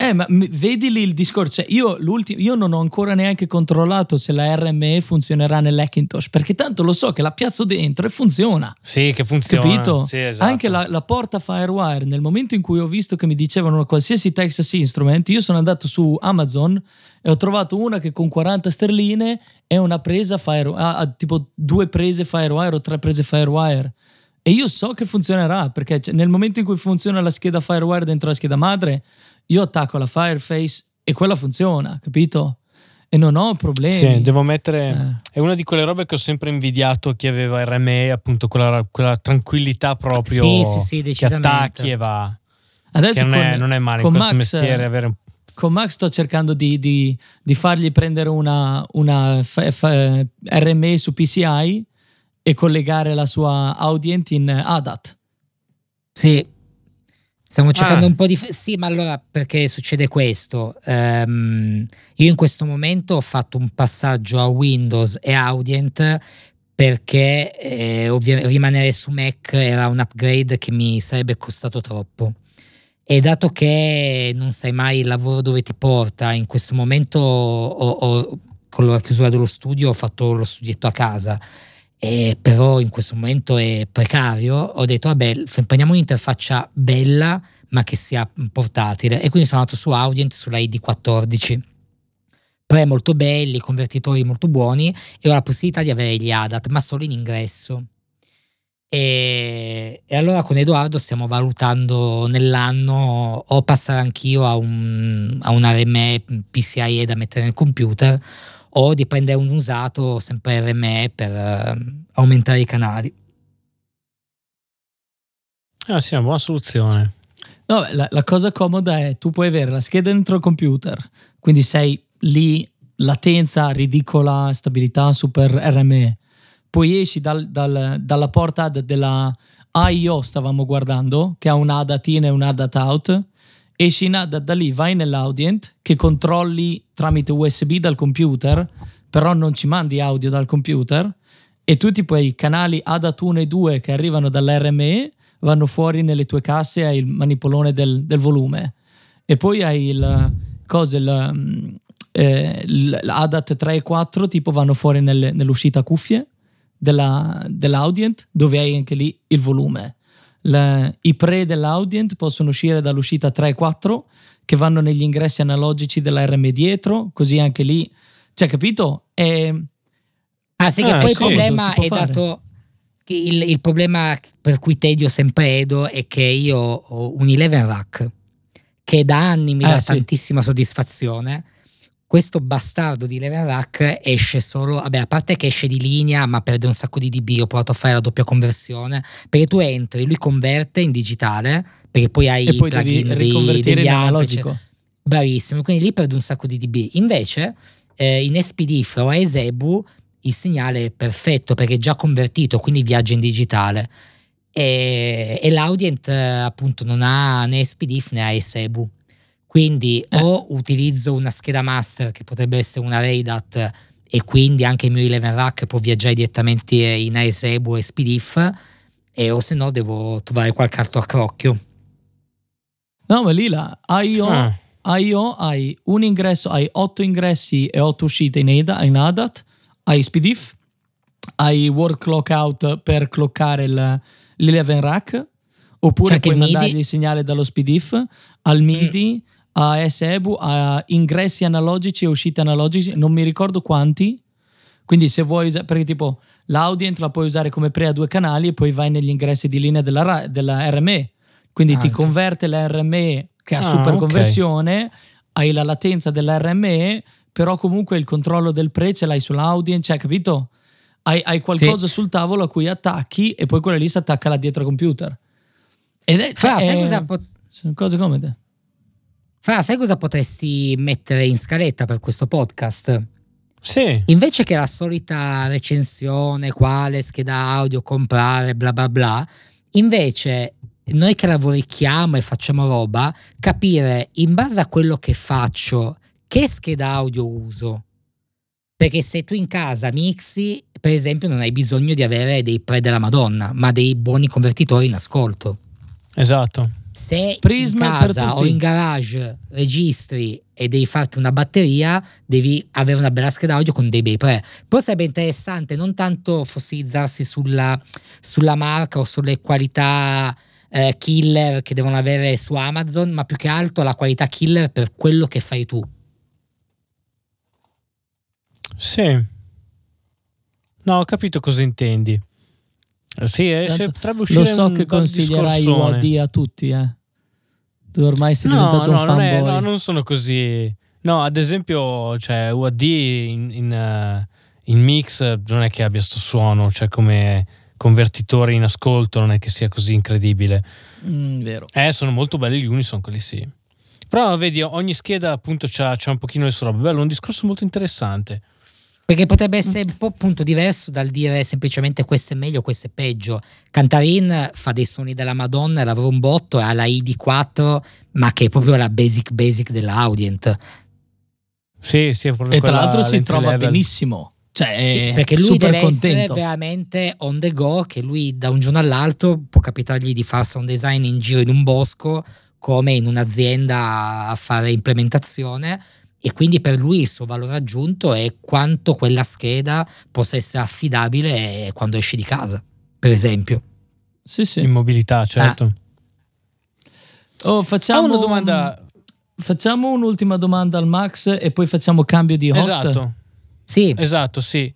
Speaker 2: Ma vedi lì il discorso. Cioè, io non ho ancora neanche controllato se la RME funzionerà nell'Hackintosh, perché tanto lo so che la piazzo dentro e funziona.
Speaker 1: Sì, che funziona.
Speaker 2: Capito?
Speaker 1: Sì, esatto.
Speaker 2: Anche la porta Firewire, nel momento in cui ho visto che mi dicevano qualsiasi Texas Instrument, io sono andato su Amazon e ho trovato una che con 40 sterline è una presa ha tipo 2 prese Firewire o 3 prese Firewire. E io so che funzionerà, perché nel momento in cui funziona la scheda Firewire dentro la scheda madre, io attacco la Fireface e quella funziona, capito? E non ho problemi.
Speaker 1: Sì, devo mettere... È una di quelle robe che ho sempre invidiato chi aveva RME, appunto quella tranquillità proprio
Speaker 3: sì,
Speaker 1: che attacchi e va.
Speaker 2: Adesso
Speaker 1: che non è male in questo mestiere avere un...
Speaker 2: Con Max sto cercando di fargli prendere una RME su PCI e collegare la sua Audient in ADAT.
Speaker 3: Sì, stiamo cercando un po' di... Sì, ma allora perché succede questo? Io in questo momento ho fatto un passaggio a Windows e Audient perché rimanere su Mac era un upgrade che mi sarebbe costato troppo. E dato che non sai mai il lavoro dove ti porta, in questo momento con la chiusura dello studio ho fatto lo studietto a casa, però in questo momento è precario. Ho detto vabbè, prendiamo un'interfaccia bella ma che sia portatile, e quindi sono andato su Audient, sulla ID14, pre molto belli, convertitori molto buoni, e ho la possibilità di avere gli ADAT ma solo in ingresso. E allora con Edoardo stiamo valutando nell'anno o passare anch'io a un RME PCIe da mettere nel computer, o di prendere un usato sempre RME per aumentare i canali.
Speaker 1: Sì, è una buona soluzione.
Speaker 2: No, la cosa comoda è tu puoi avere la scheda dentro il computer, quindi sei lì, latenza ridicola, stabilità super RME. Poi esci dalla porta della AIO, stavamo guardando, che ha un ADAT in e un ADAT out. Esci in ADAT da lì, vai nell'Audient, che controlli tramite USB dal computer, però non ci mandi audio dal computer, e tu tipo hai i canali ADAT 1 e 2 che arrivano dall'RME, vanno fuori nelle tue casse, hai il manipolone del volume. E poi hai l'ADAT 3 e 4 tipo vanno fuori nell'uscita cuffie dell'Audient, dove hai anche lì il volume. I pre dell'Audient possono uscire dall'uscita 3 e 4 che vanno negli ingressi analogici dell'RM dietro, così anche lì, cioè, capito?
Speaker 3: Che poi il problema è dato... Il problema per cui tedio sempre Edo è che io ho un 11 rack che da anni mi dà tantissima soddisfazione. Questo bastardo di 11 rack esce solo, vabbè, a parte che esce di linea ma perde un sacco di dB. Ho provato a fare la doppia conversione, perché tu entri, lui converte in digitale, perché poi hai i plugin degli analogico. Bravissimo, quindi lì perde un sacco di dB. Invece in SPDIF o ESEBU il segnale è perfetto perché è già convertito, quindi viaggia in digitale, e l'Audient appunto non ha né SPDIF né ESEBU. Quindi o utilizzo una scheda master che potrebbe essere una RAIDAT, e quindi anche il mio 11 rack può viaggiare direttamente in ESEBU e SPDIF, o se no devo trovare qualche altro accrocchio.
Speaker 2: No, ma lì la IO hai un ingresso, hai 8 ingressi e 8 uscite in ADAT, hai SPDIF, hai Word Clock Out per cloccare l'11 rack, oppure puoi mandargli il segnale dallo SPDIF al MIDI, a ESEBU, a ingressi analogici e uscite analogici, non mi ricordo quanti. Quindi se vuoi perché tipo l'Audient la puoi usare come pre a 2 canali e poi vai negli ingressi di linea della RME, quindi ti converte la RME che ha super conversione, hai la latenza della RME, però comunque il controllo del pre ce l'hai sull'Audient, cioè, capito? Hai qualcosa sul tavolo a cui attacchi e poi quella lì si attacca là dietro computer. Ed sono cose comode.
Speaker 3: Sai cosa potresti mettere in scaletta per questo podcast?
Speaker 1: Sì.
Speaker 3: Invece che la solita recensione, quale scheda audio comprare, bla bla bla, invece noi che lavoriamo e facciamo roba, capire in base a quello che faccio che scheda audio uso. Perché se tu in casa mixi, per esempio, non hai bisogno di avere dei pre della Madonna, ma dei buoni convertitori in ascolto.
Speaker 1: Esatto.
Speaker 3: Se
Speaker 2: Prism
Speaker 3: in
Speaker 2: per
Speaker 3: casa
Speaker 2: tutti.
Speaker 3: o in garage registri e devi farti una batteria, devi avere una bella scheda audio con dei bei pre. Poi sarebbe interessante non tanto fossilizzarsi sulla marca o sulle qualità killer che devono avere su Amazon, ma più che altro la qualità killer per quello che fai tu.
Speaker 1: Sì. No, ho capito cosa intendi. Sì, se potrebbe uscire
Speaker 2: lo so
Speaker 1: un
Speaker 2: che
Speaker 1: bel
Speaker 2: consiglierai
Speaker 1: discorsone.
Speaker 2: UAD a tutti, Tu ormai sei diventato un fanboy.
Speaker 1: No, non sono così. No, ad esempio, cioè, UAD in mix non è che abbia sto suono, cioè come convertitore in ascolto non è che sia così incredibile.
Speaker 2: Vero.
Speaker 1: Sono molto belli gli Unison, quelli sì. Però vedi, ogni scheda appunto c'ha un pochino le sue robe. Bello, un discorso molto interessante.
Speaker 3: Perché potrebbe essere un po' appunto diverso dal dire semplicemente questo è meglio, questo è peggio. Cantarin fa dei suoni della Madonna e lavora un botto e ha la ID4, ma che è proprio la basic dell'Audient.
Speaker 1: Sì, è proprio
Speaker 2: e tra l'altro si
Speaker 1: l'entry
Speaker 2: trova
Speaker 1: level.
Speaker 2: benissimo. Cioè,
Speaker 3: perché lui
Speaker 2: super
Speaker 3: deve
Speaker 2: contento.
Speaker 3: essere veramente on the go, che lui da un giorno all'altro può capitargli di fare sound design in giro in un bosco come in un'azienda a fare implementazione, e quindi per lui il suo valore aggiunto è quanto quella scheda possa essere affidabile quando esci di casa, per esempio.
Speaker 2: Sì.
Speaker 1: In mobilità, certo.
Speaker 2: Facciamo
Speaker 1: una domanda.
Speaker 2: Facciamo un'ultima domanda al Max e poi facciamo cambio di host.
Speaker 3: Esatto,
Speaker 1: sì.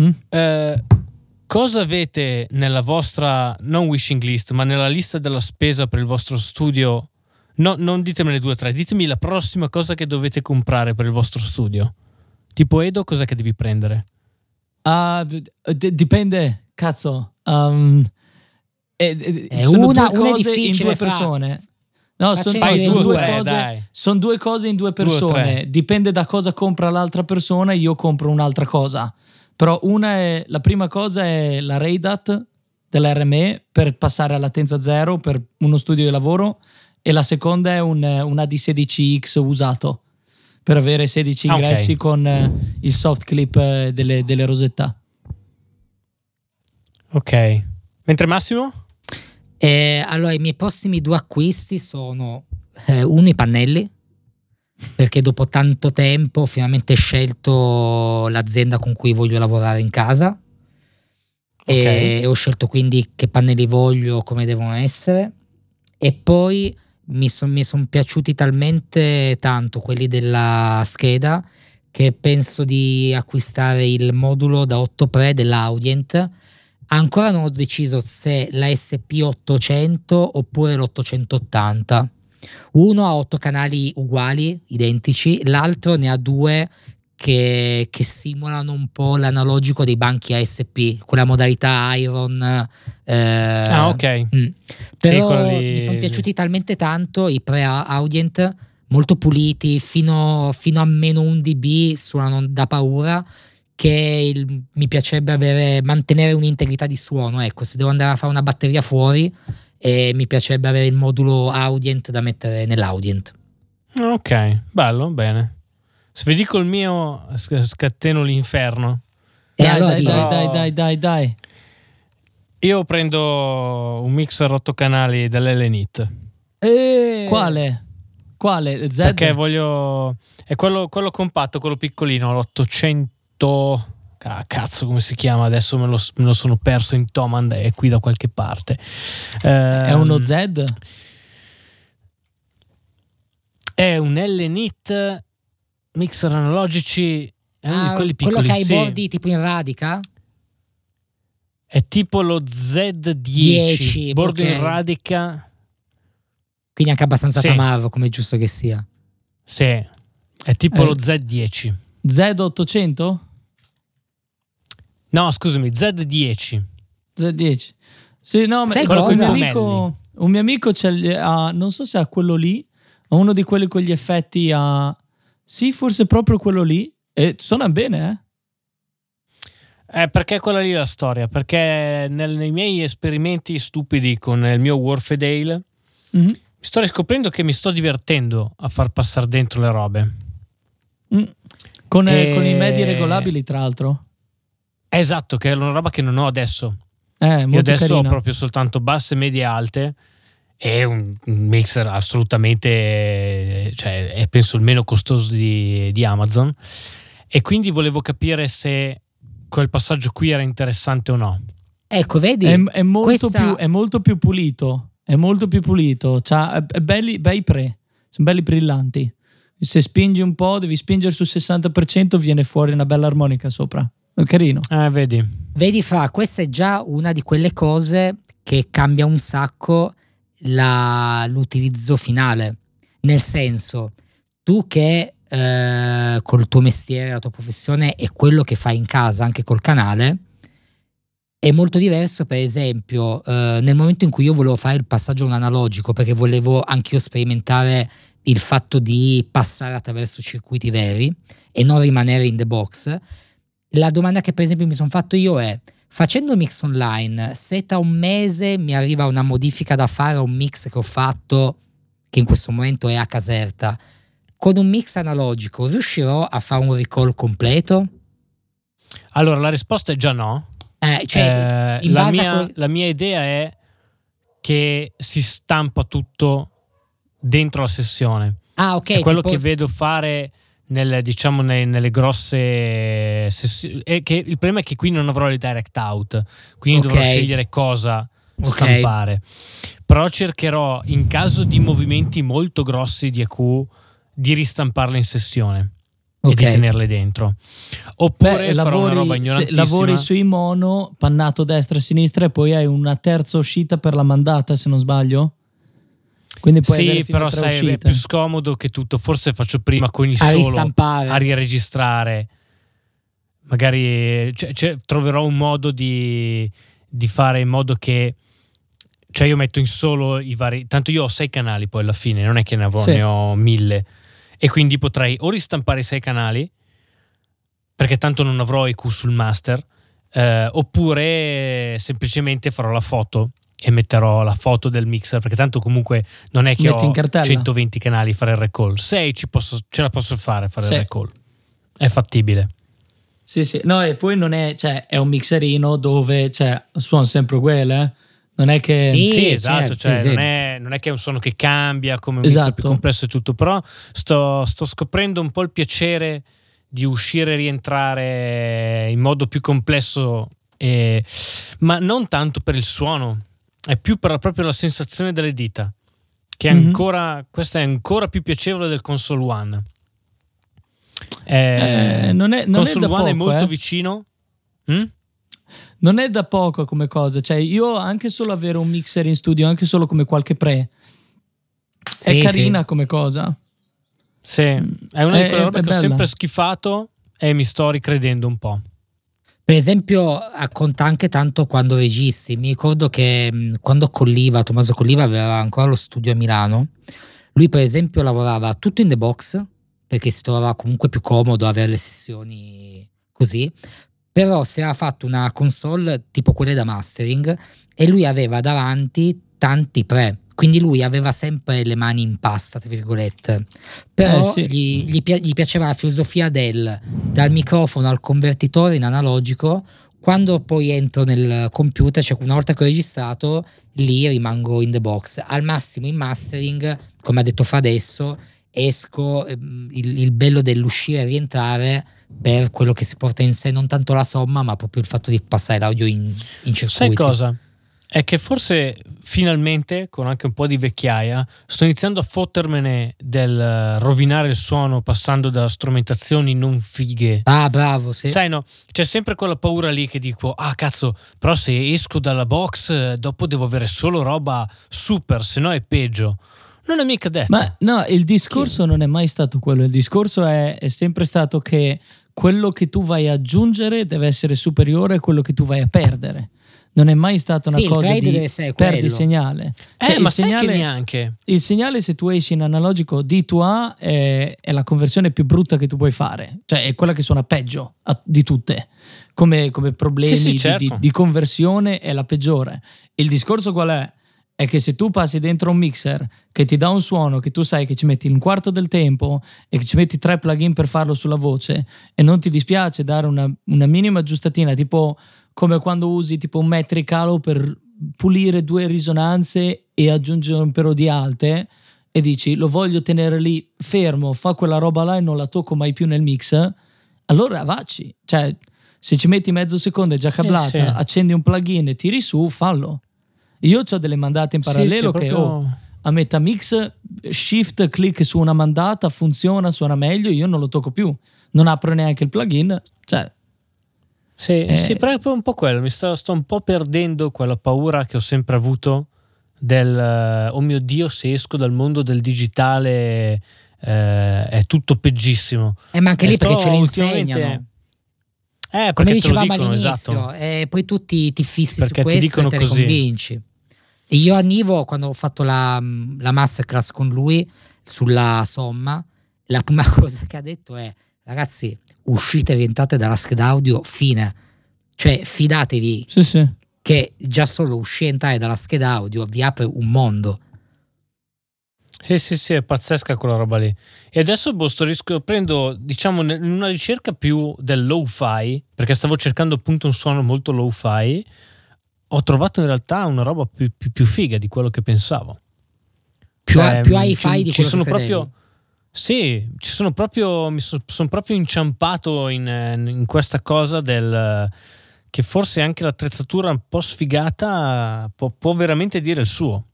Speaker 1: Cosa avete nella vostra, non wishing list, ma nella lista della spesa per il vostro studio? No, non ditemene 2 o 3, ditemi la prossima cosa che dovete comprare per il vostro studio. Tipo Edo, cos'è che devi prendere?
Speaker 2: Dipende, cazzo.
Speaker 3: È
Speaker 2: sono
Speaker 3: una
Speaker 2: due cose
Speaker 3: difficile,
Speaker 2: in due
Speaker 3: fra.
Speaker 2: persone. No, sono
Speaker 3: Fai
Speaker 2: due
Speaker 1: tre,
Speaker 2: cose.
Speaker 1: dai.
Speaker 2: Sono due cose in due
Speaker 1: 2 o 3.
Speaker 2: persone. Dipende da cosa compra l'altra persona. Io compro un'altra cosa. Però la prima cosa è la Raydat dell'RME per passare a latenza zero per uno studio di lavoro, e la seconda è un AD16X usato per avere 16 ingressi con il soft clip delle rosetta.
Speaker 1: Ok. Mentre Massimo?
Speaker 3: Allora, i miei prossimi 2 acquisti sono uno, i pannelli, perché dopo tanto tempo ho finalmente scelto l'azienda con cui voglio lavorare in casa, e ho scelto quindi che pannelli voglio, come devono essere, e poi mi son piaciuti talmente tanto quelli della scheda che penso di acquistare il modulo da 8 pre dell'Audient. Ancora non ho deciso se la SP800 oppure l'880. Uno ha 8 canali uguali, identici, l'altro ne ha 2 che simulano un po' l'analogico dei banchi ASP, quella modalità Iron.
Speaker 1: Ok.
Speaker 3: Però
Speaker 1: sì,
Speaker 3: mi sono piaciuti talmente tanto i pre-Audient, molto puliti, fino a meno 1 dB, suonano da paura, che mi piacerebbe mantenere un'integrità di suono. Ecco, se devo andare a fare una batteria fuori, mi piacerebbe avere il modulo Audient da mettere nell'Audient.
Speaker 1: Ok, bello, bene. Se vi dico il mio, scateno l'inferno.
Speaker 2: Dai.
Speaker 1: Io prendo un mixer 8 canali dell'Elenit.
Speaker 2: Quale? Z?
Speaker 1: Perché voglio... È quello compatto, quello piccolino, l'800... cazzo, come si chiama? Adesso me lo sono perso in Tomand, è qui da qualche parte.
Speaker 2: È uno Z?
Speaker 1: È un Elenit mixer analogici, è uno di quelli piccoli.
Speaker 3: Quello che ha i bordi tipo in radica?
Speaker 1: È tipo lo Z10, bordo in radica.
Speaker 3: Quindi anche abbastanza tamarro, come è giusto che sia.
Speaker 1: Sì, è tipo lo Z10.
Speaker 2: Z800?
Speaker 1: No, scusami, Z10.
Speaker 2: Z10. Sì, no, ma un mio amico ha, non so se ha quello lì, ha uno di quelli con gli effetti a... Sì, forse proprio quello lì. E suona bene,
Speaker 1: perché quella lì è la storia. Perché nei miei esperimenti stupidi con il mio Warfedale mi sto riscoprendo che mi sto divertendo a far passare dentro le robe.
Speaker 2: Con i medi regolabili, tra l'altro.
Speaker 1: Esatto, che è una roba che non ho adesso.
Speaker 2: Molto
Speaker 1: Io adesso
Speaker 2: carina.
Speaker 1: ho proprio soltanto basse, medie e alte, è un mixer assolutamente, cioè è penso il meno costoso di Amazon, e quindi volevo capire se quel passaggio qui era interessante o no.
Speaker 3: Ecco, vedi,
Speaker 2: è molto più pulito, c'ha bei pre, sono belli brillanti. Se spingi un po', devi spingere sul 60%, viene fuori una bella armonica sopra. È carino.
Speaker 3: Vedi Fra, questa è già una di quelle cose che cambia un sacco l'utilizzo finale. Nel senso, tu che col tuo mestiere, la tua professione e quello che fai in casa, anche col canale, è molto diverso. Per esempio, nel momento in cui io volevo fare il passaggio a un analogico, perché volevo anch'io sperimentare il fatto di passare attraverso circuiti veri e non rimanere in the box, la domanda che per esempio mi sono fatto io è: facendo mix online, se tra un mese mi arriva una modifica da fare a un mix che ho fatto, che in questo momento è a Caserta, con un mix analogico riuscirò a fare un recall completo?
Speaker 1: Allora la risposta è già no. La mia idea è che si stampa tutto dentro la sessione.
Speaker 3: Ok.
Speaker 1: È quello che vedo fare nelle grosse sessioni. Il problema è che qui non avrò il direct out, quindi dovrò scegliere cosa stampare. Però cercherò, in caso di movimenti molto grossi di EQ, di ristamparle in sessione. E di tenerle dentro. Oppure farò una roba ignorantissima.
Speaker 2: Lavori sui mono, pannato destra e sinistra, e poi hai una terza uscita per la mandata, se non sbaglio. Quindi puoi
Speaker 1: però sai, è più scomodo che tutto. Forse faccio prima con il solo a riregistrare. Magari troverò un modo di fare in modo che, cioè io metto in solo i vari. Tanto io ho 6 canali poi alla fine, non è che ne ho 1000. E quindi potrei o ristampare i 6 canali, perché tanto non avrò EQ sul master, oppure semplicemente farò la foto e metterò la foto del mixer, perché tanto comunque non è che ho 120 canali a fare il recall. 6 ce la posso fare il recall. È fattibile.
Speaker 2: Sì. No, e poi non è, cioè, è un mixerino dove, cioè, suona sempre uguale, Non è che
Speaker 1: esatto, non è che è un suono che cambia come un mixer più complesso e tutto, però sto scoprendo un po' il piacere di uscire e rientrare in modo più complesso, ma non tanto per il suono, è più per proprio la sensazione delle dita, che è questa è ancora più piacevole del Console One. Console One è molto vicino.
Speaker 2: Non è da poco come cosa, cioè io anche solo avere un mixer in studio, anche solo come qualche pre, è carina come cosa.
Speaker 1: Sì, è una di quelle robe che ho sempre schifato e mi sto ricredendo un po'.
Speaker 3: Per esempio conta anche tanto quando registi. Mi ricordo che quando Tommaso Colliva aveva ancora lo studio a Milano, lui per esempio lavorava tutto in the box perché si trovava comunque più comodo avere le sessioni così. Però si era fatto una console tipo quelle da mastering e lui aveva davanti tanti pre, quindi lui aveva sempre le mani in pasta, tra virgolette. Però gli piaceva la filosofia dal microfono al convertitore in analogico. Quando poi entro nel computer, cioè una volta che ho registrato, lì rimango in the box. Al massimo in mastering, come ha detto fa adesso, esco, il bello dell'uscire e rientrare per quello che si porta in sé, non tanto la somma ma proprio il fatto di passare l'audio in circuiti.
Speaker 1: Sai cosa? È che forse finalmente, con anche un po' di vecchiaia, sto iniziando a fottermene del rovinare il suono passando da strumentazioni non fighe.
Speaker 3: Ah, bravo, sì.
Speaker 1: Sai, no? C'è sempre quella paura lì che dico, cazzo, però se esco dalla box dopo devo avere solo roba super, se no è peggio. Non è mica detto.
Speaker 2: Ma no, il discorso non è mai stato quello. Il discorso è sempre stato che quello che tu vai a aggiungere deve essere superiore a quello che tu vai a perdere. Non è mai stata una cosa di perdi segnale.
Speaker 1: Cioè, ma sai che neanche.
Speaker 2: Il segnale, se tu esci in analogico D2A, è la conversione più brutta che tu puoi fare. Cioè è quella che suona peggio di tutte. Come problemi
Speaker 1: certo.
Speaker 2: di conversione è la peggiore. Il discorso qual è? È che se tu passi dentro un mixer che ti dà un suono che tu sai che ci metti un quarto del tempo e che ci metti 3 plugin per farlo sulla voce e non ti dispiace dare una minima aggiustatina, tipo come quando usi tipo un metric halo per pulire 2 risonanze e aggiungi un però di alte e dici lo voglio tenere lì fermo, fa quella roba là e non la tocco mai più nel mix, allora vacci. Cioè, se ci metti mezzo secondo è già cablata, accendi un plugin e tiri su, fallo. Io ho delle mandate in parallelo che a metà mix, shift, click su una mandata, funziona, suona meglio, io non lo tocco più, non apro neanche il plugin, cioè.
Speaker 1: Sì, però è un po' quello, sto un po' perdendo quella paura che ho sempre avuto del oh mio Dio, se esco dal mondo del digitale è tutto peggissimo.
Speaker 3: Ma anche lì perché ce le insegnano. Come dicevamo all'inizio,
Speaker 1: esatto.
Speaker 3: E poi tu ti fissi
Speaker 1: perché
Speaker 3: su questo
Speaker 1: e te ne
Speaker 3: convinci. E io a Nivo, quando ho fatto la masterclass con lui sulla somma, la prima cosa che ha detto è: ragazzi, uscite, rientrate dalla scheda audio, fine. Cioè, fidatevi che già solo uscire e entrare dalla scheda audio vi apre un mondo.
Speaker 1: Sì, è pazzesca quella roba lì. E adesso sto riscoprendo, diciamo, in una ricerca più del lo-fi, perché stavo cercando appunto un suono molto lo-fi, ho trovato in realtà una roba più figa di quello che pensavo.
Speaker 3: Più hi-fi di quello
Speaker 1: sono
Speaker 3: che
Speaker 1: proprio Sì, sono proprio inciampato in questa cosa del che forse anche l'attrezzatura un po' sfigata può veramente dire il suo.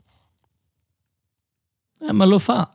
Speaker 2: Ma lo fa.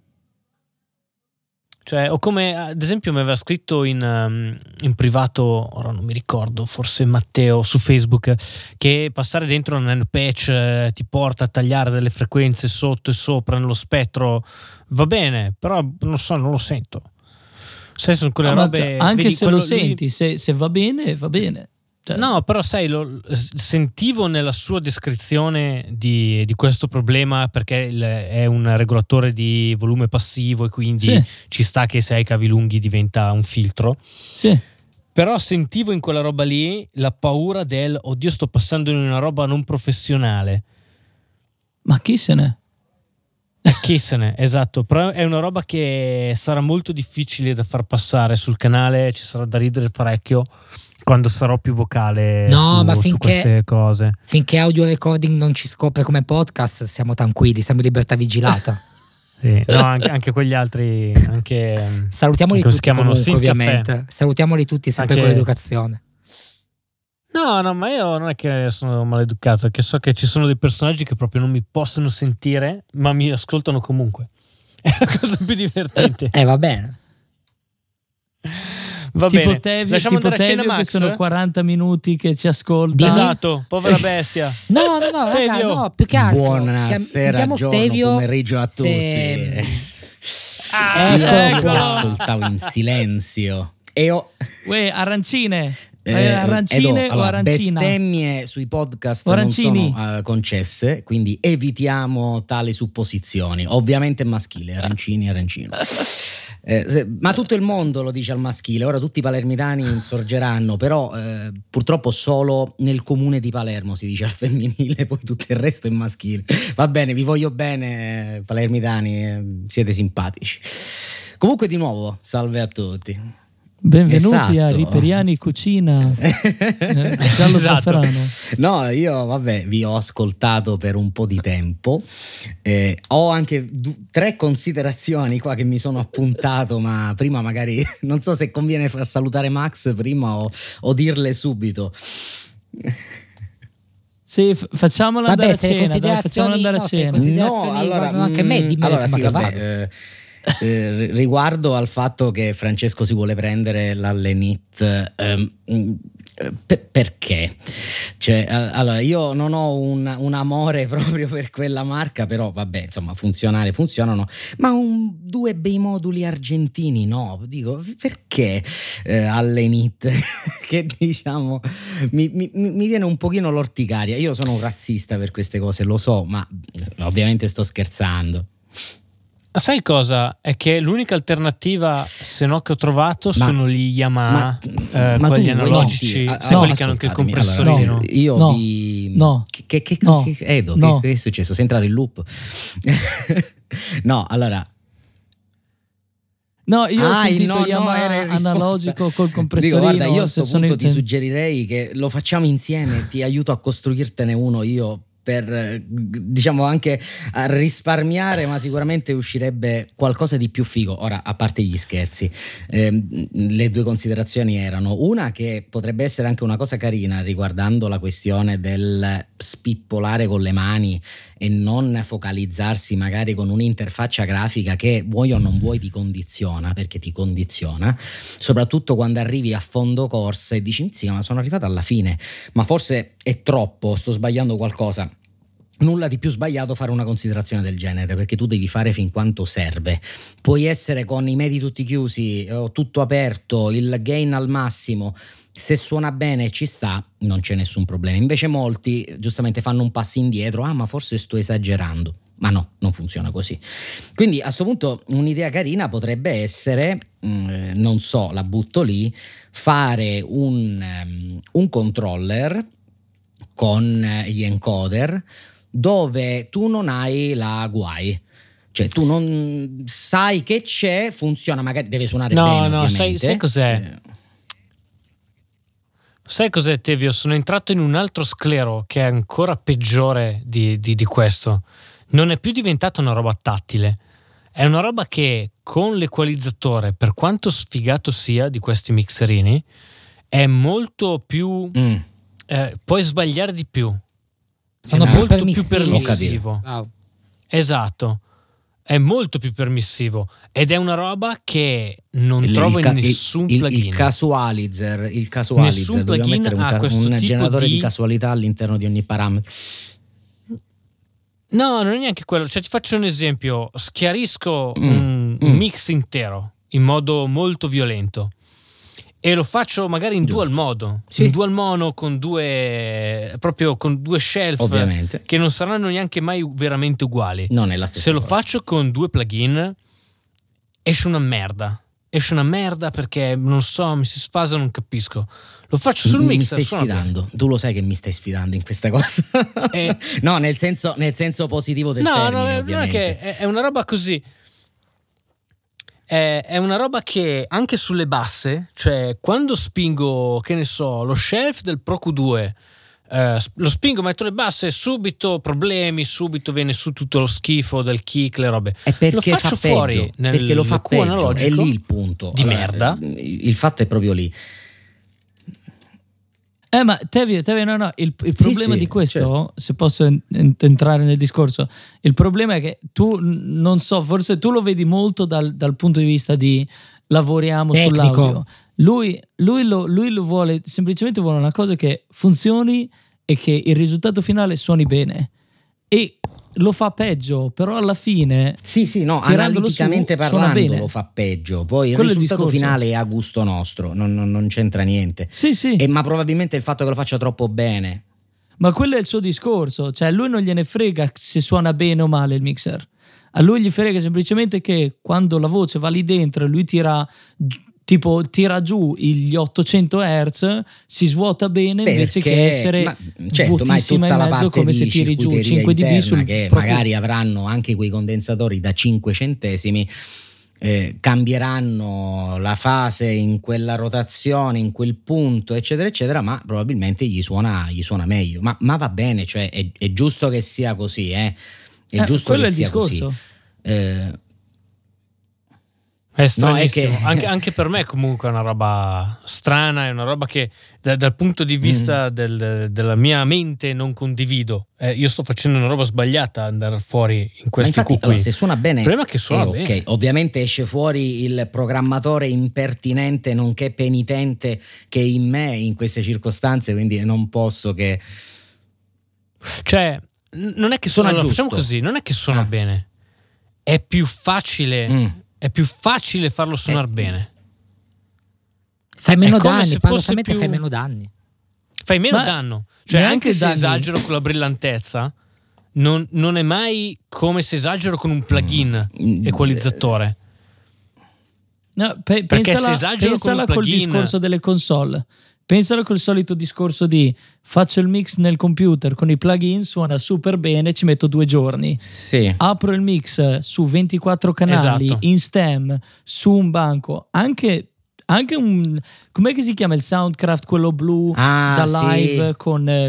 Speaker 1: Cioè, o come ad esempio mi aveva scritto in privato, ora non mi ricordo, forse Matteo su Facebook, che passare dentro un patch ti porta a tagliare delle frequenze sotto e sopra nello spettro, va bene, però non lo sento. Sai, sono quelle robe,
Speaker 2: anche
Speaker 1: vedi,
Speaker 2: se lo senti, se va bene, va bene. Cioè.
Speaker 1: No, però sai, sentivo nella sua descrizione di questo problema, perché è un regolatore di volume passivo e quindi ci sta che se hai i cavi lunghi diventa un filtro.
Speaker 2: Sì. Però
Speaker 1: sentivo in quella roba lì la paura del oddio, sto passando in una roba non professionale.
Speaker 2: Ma chi se ne?
Speaker 1: Chi se ne, esatto. Però è una roba che sarà molto difficile da far passare sul canale, ci sarà da ridere parecchio quando sarò più vocale su queste cose.
Speaker 3: Finché audio recording non ci scopre come podcast, siamo tranquilli, siamo in libertà vigilata.
Speaker 1: Sì, no, anche quegli altri,
Speaker 3: salutiamoli
Speaker 1: anche
Speaker 3: tutti comunque, ovviamente.
Speaker 1: Caffè.
Speaker 3: Salutiamoli tutti sempre con l'educazione.
Speaker 1: No, ma io non è che sono maleducato, è che so che ci sono dei personaggi che proprio non mi possono sentire, ma mi ascoltano comunque. È la cosa più divertente.
Speaker 3: Va bene.
Speaker 1: Va
Speaker 2: tipo
Speaker 1: bene,
Speaker 2: Tevio,
Speaker 1: lasciamo
Speaker 2: tipo
Speaker 1: andare a cena,
Speaker 2: Tevio,
Speaker 1: Max.
Speaker 2: Che sono 40 minuti che ci ascolta.
Speaker 1: Esatto, povera bestia.
Speaker 3: No, raga, no, più che altro.
Speaker 4: Buonasera, buon pomeriggio a tutti. Io ascoltavo in silenzio. E
Speaker 2: arancine. Arancine o arancina?
Speaker 4: Bestemmie sui podcast non sono concesse, quindi evitiamo tali supposizioni. Ovviamente maschile, arancini. Ma tutto il mondo lo dice al maschile. Ora tutti i palermitani insorgeranno, però purtroppo solo nel comune di Palermo si dice al femminile, poi tutto il resto è maschile. Va bene, vi voglio bene, palermitani, siete simpatici. Comunque di nuovo, salve a tutti.
Speaker 2: Benvenuti a Riperiani Cucina. Giallo Zafferano.
Speaker 4: No, io vi ho ascoltato per un po' di tempo, ho anche 3 considerazioni qua che mi sono appuntato, ma prima magari non so se conviene far salutare Max prima o dirle subito.
Speaker 2: Sì, facciamola andare a cena. Facciamola andare a cena.
Speaker 3: No, allora anche me, dimmi
Speaker 4: riguardo al fatto che Francesco si vuole prendere l'Allenit, perché? Cioè, allora io non ho un amore proprio per quella marca, però vabbè, insomma, funzionano, ma 2 bei moduli argentini no, dico perché Allenit che diciamo mi viene un pochino l'orticaria. Io sono un razzista per queste cose, lo so, ma ovviamente sto scherzando.
Speaker 1: Sai cosa? È che l'unica alternativa, se no, che ho trovato sono gli Yamaha, quelli analogici, quelli che hanno anche il compressorino.
Speaker 4: Che è successo? Sei entrato in loop? No, allora.
Speaker 2: No, io ho sentito Yamaha analogico col compressorino.
Speaker 4: Dico, guarda, io a questo punto ti suggerirei che lo facciamo insieme, ti aiuto a costruirtene uno io per diciamo anche a risparmiare, ma sicuramente uscirebbe qualcosa di più figo. Ora, a parte gli scherzi, le due considerazioni erano una che potrebbe essere anche una cosa carina riguardando la questione del spippolare con le mani e non focalizzarsi magari con un'interfaccia grafica che vuoi o non vuoi ti condiziona, perché ti condiziona, soprattutto quando arrivi a fondo corsa e dici sì, ma sono arrivato alla fine, ma forse è troppo, sto sbagliando qualcosa. Nulla di più sbagliato fare una considerazione del genere, perché tu devi fare fin quanto serve. Puoi essere con i medi tutti chiusi, tutto aperto, il gain al massimo, se suona bene ci sta, non c'è nessun problema. Invece molti giustamente fanno un passo indietro, ma forse sto esagerando. Ma no, non funziona così. Quindi a questo punto un'idea carina potrebbe essere, non so, la butto lì, fare un controller con gli encoder dove tu non hai la guai, cioè tu non sai che c'è, funziona, magari deve suonare bene. No,
Speaker 1: sai cos'è? Sai cos'è, Tevio? Sono entrato in un altro sclero che è ancora peggiore di questo. Non è più diventata una roba tattile, è una roba che con l'equalizzatore, per quanto sfigato sia di questi mixerini, è molto più puoi sbagliare di più.
Speaker 3: Sono
Speaker 1: molto più permissivo.
Speaker 3: Wow.
Speaker 1: Esatto, è molto più permissivo ed è una roba che non trovo in nessun plugin.
Speaker 4: Il casualizer,
Speaker 1: nessun plugin
Speaker 4: mettere un generatore di casualità all'interno di ogni parametro.
Speaker 1: No, non è neanche quello. Cioè, ti faccio un esempio: schiarisco un mix intero in modo molto violento e lo faccio magari in dual modo, in dual mono con due shelf,
Speaker 4: ovviamente,
Speaker 1: che non saranno neanche mai veramente uguali.
Speaker 4: Non è la stessa
Speaker 1: Se
Speaker 4: cosa.
Speaker 1: Lo faccio con due plugin esce una merda perché non so, mi si sfasa, non capisco. Lo faccio sul mixer.
Speaker 4: Mi stai sfidando, tu lo sai che mi stai sfidando in questa cosa. No, nel senso positivo del termine, ovviamente.
Speaker 1: Non è che è una roba così. È una roba che anche sulle basse, cioè quando spingo, che ne so, lo shelf del Pro Q2, lo spingo, metto le basse, subito problemi, subito viene su tutto lo schifo del kick, le robe.
Speaker 4: È perché
Speaker 1: lo faccio
Speaker 4: fa
Speaker 1: fuori
Speaker 4: peggio, perché lo fa peggio, è lì il punto.
Speaker 1: Di merda.
Speaker 4: Il fatto è proprio lì.
Speaker 2: Ma Tevio, no, il problema di questo, certo, se posso entrare nel discorso, il problema è che tu, non so, forse tu lo vedi molto dal punto di vista di lavoriamo
Speaker 3: tecnico.
Speaker 2: Sull'audio. Lui lo vuole, semplicemente vuole una cosa che funzioni e che il risultato finale suoni bene. E lo fa peggio, però alla fine
Speaker 4: no, analiticamente parlando lo fa peggio. Poi il risultato finale è a gusto nostro, non c'entra niente.
Speaker 2: Sì.
Speaker 4: Ma probabilmente il fatto che lo faccia troppo bene.
Speaker 2: Ma quello è il suo discorso, cioè a lui non gliene frega se suona bene o male il mixer. A lui gli frega semplicemente che quando la voce va lì dentro e lui tira giù gli 800 Hz, si svuota bene, invece che essere vuotissima in mezzo, come se tiri giù 5 dB sul
Speaker 4: che magari avranno anche quei condensatori da 5 centesimi, cambieranno la fase in quella rotazione, in quel punto, eccetera eccetera, ma probabilmente gli suona meglio, ma va bene, cioè è giusto che sia così, è giusto che sia così.
Speaker 1: È stranissimo. Anche per me comunque è una roba strana, è una roba che dal punto di vista della mia mente non condivido. Io sto facendo una roba sbagliata andare fuori in questi
Speaker 4: qui.
Speaker 1: Allora,
Speaker 4: se suona bene,
Speaker 1: il problema è che suona bene.
Speaker 4: Okay. Ovviamente esce fuori il programmatore impertinente nonché penitente che in me in queste circostanze, quindi non posso che...
Speaker 1: Cioè, non è che suona giusto. Facciamo così, non è che suona bene. È più facile... È più facile farlo suonare bene.
Speaker 3: Fai meno danni, paradossalmente fai meno danni.
Speaker 1: Fai meno danno. Cioè, anche se esagero con la brillantezza, non è mai come se esagero con un plugin equalizzatore.
Speaker 2: No, pensala col discorso delle console. Pensalo col solito discorso di faccio il mix nel computer con i plugin, suona super bene, ci metto 2 giorni.
Speaker 4: Sì.
Speaker 2: Apro il mix su 24 canali, esatto, in stem, su un banco, anche un... com'è che si chiama il Soundcraft, quello blu da live, sì, con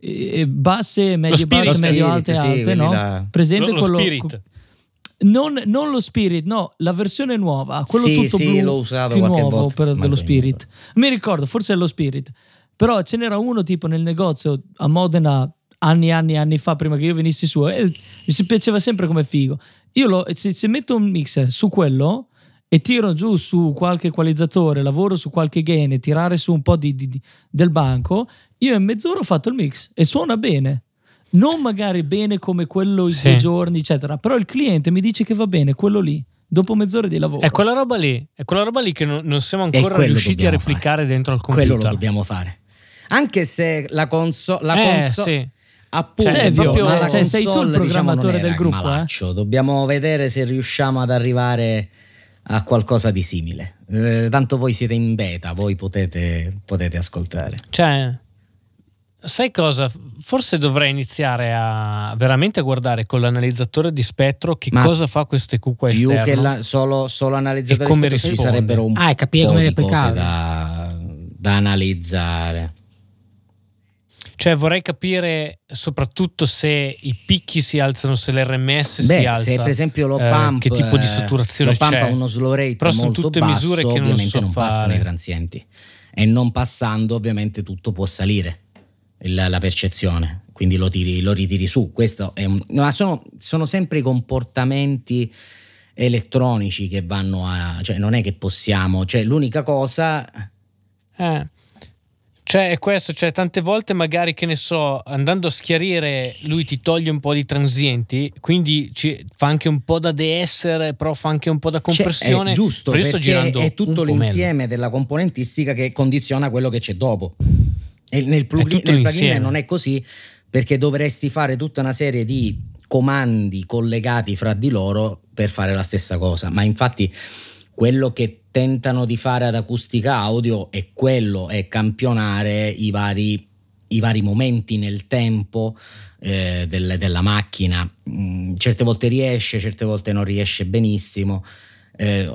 Speaker 2: basse, medie basse, medio alte, alte, no? Presente
Speaker 1: lo
Speaker 2: quello
Speaker 1: Spirit.
Speaker 2: Non lo Spirit, no, la versione nuova, quello tutto blu,
Speaker 4: l'ho usato
Speaker 2: più
Speaker 4: qualche
Speaker 2: nuovo
Speaker 4: volta,
Speaker 2: dello Spirit. Mi ricordo, forse è lo Spirit, però ce n'era uno tipo nel negozio a Modena anni fa, prima che io venissi su, e mi si piaceva sempre come figo. Io se metto un mixer su quello e tiro giù su qualche equalizzatore, lavoro su qualche gain e tirare su un po' del banco, io in mezz'ora ho fatto il mix e suona bene. Non magari bene come quello in 2 giorni, eccetera, però il cliente mi dice che va bene quello lì, dopo mezz'ora di lavoro.
Speaker 1: È quella roba lì che non siamo ancora riusciti a replicare dentro al computer.
Speaker 4: Quello lo dobbiamo fare. Anche se la console
Speaker 1: sì.
Speaker 4: appunto,
Speaker 2: sei tu il programmatore del gruppo.
Speaker 4: Dobbiamo vedere se riusciamo ad arrivare a qualcosa di simile. Tanto voi siete in beta, voi potete ascoltare.
Speaker 1: Cioè, sai cosa? Forse dovrei iniziare a veramente guardare con l'analizzatore di spettro cosa fa questo EQ qua
Speaker 4: più
Speaker 1: esterno.
Speaker 4: Che solo analizzatore
Speaker 1: come
Speaker 4: di spettro
Speaker 1: risponde.
Speaker 4: ci sarebbero un
Speaker 3: capire
Speaker 4: po'
Speaker 3: come
Speaker 4: di cose
Speaker 3: replicare.
Speaker 4: da analizzare.
Speaker 1: Cioè vorrei capire soprattutto se i picchi si alzano, se l'RMS si alza,
Speaker 4: se per esempio lo pump,
Speaker 1: che tipo di saturazione
Speaker 4: lo pump
Speaker 1: c'è.
Speaker 4: ha uno slow rate
Speaker 1: però sono
Speaker 4: molto
Speaker 1: tutte
Speaker 4: basso,
Speaker 1: misure che
Speaker 4: ovviamente
Speaker 1: non so
Speaker 4: passano
Speaker 1: fare.
Speaker 4: i transienti, e non passando ovviamente tutto può salire la percezione, quindi lo ritiri su. Questo è ma sono sempre i comportamenti elettronici che vanno cioè non è che possiamo, cioè l'unica cosa
Speaker 1: cioè è questo, cioè tante volte magari, che ne so, andando a schiarire lui ti toglie un po' di transienti, quindi fa anche un po' da deessere, però fa anche un po' da compressione.
Speaker 4: È giusto,
Speaker 1: perché
Speaker 4: perché è tutto l'insieme della componentistica che condiziona quello che c'è dopo. E nel plugin non è così, perché dovresti fare tutta una serie di comandi collegati fra di loro per fare la stessa cosa. Ma infatti quello che tentano di fare ad Acustica Audio è campionare i vari momenti nel tempo della macchina. Certe volte riesce, certe volte non riesce benissimo. È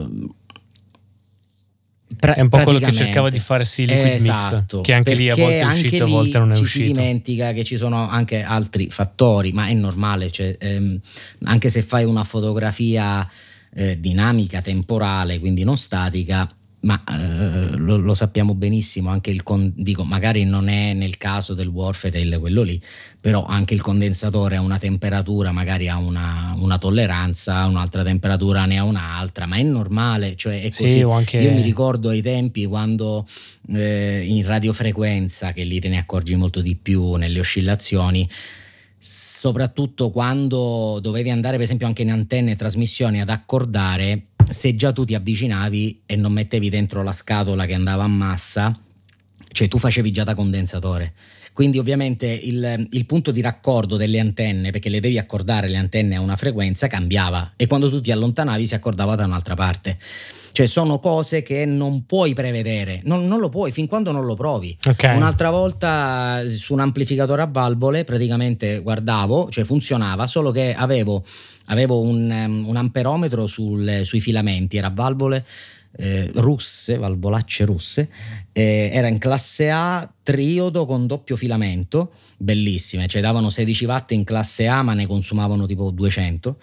Speaker 1: un po' quello che cercava di fare Liquid Mix, che anche lì a volte è uscito, a volte non è uscito.
Speaker 4: Si dimentica che ci sono anche altri fattori, ma è normale, cioè, anche se fai una fotografia dinamica, temporale, quindi non statica, ma lo sappiamo benissimo, anche dico, magari non è nel caso del Warfetail quello lì, però anche il condensatore ha una temperatura, magari ha una tolleranza, un'altra temperatura ne ha un'altra, ma è normale, cioè è così. Io mi ricordo ai tempi quando in radiofrequenza, che lì te ne accorgi molto di più nelle oscillazioni, soprattutto quando dovevi andare per esempio anche in antenne e trasmissioni ad accordare, se già tu ti avvicinavi e non mettevi dentro la scatola che andava a massa, cioè tu facevi già da condensatore, quindi ovviamente il punto di raccordo delle antenne, perché le devi accordare le antenne a una frequenza, cambiava, e quando tu ti allontanavi si accordava da un'altra parte. Cioè sono cose che non puoi prevedere, non lo puoi fin quando non lo provi.
Speaker 1: Okay.
Speaker 4: Un'altra volta su un amplificatore a valvole praticamente guardavo, cioè funzionava, solo che avevo un amperometro sui filamenti, era valvole russe, valvolacce russe, era in classe A triodo con doppio filamento, bellissime, cioè davano 16 watt in classe A ma ne consumavano tipo 200,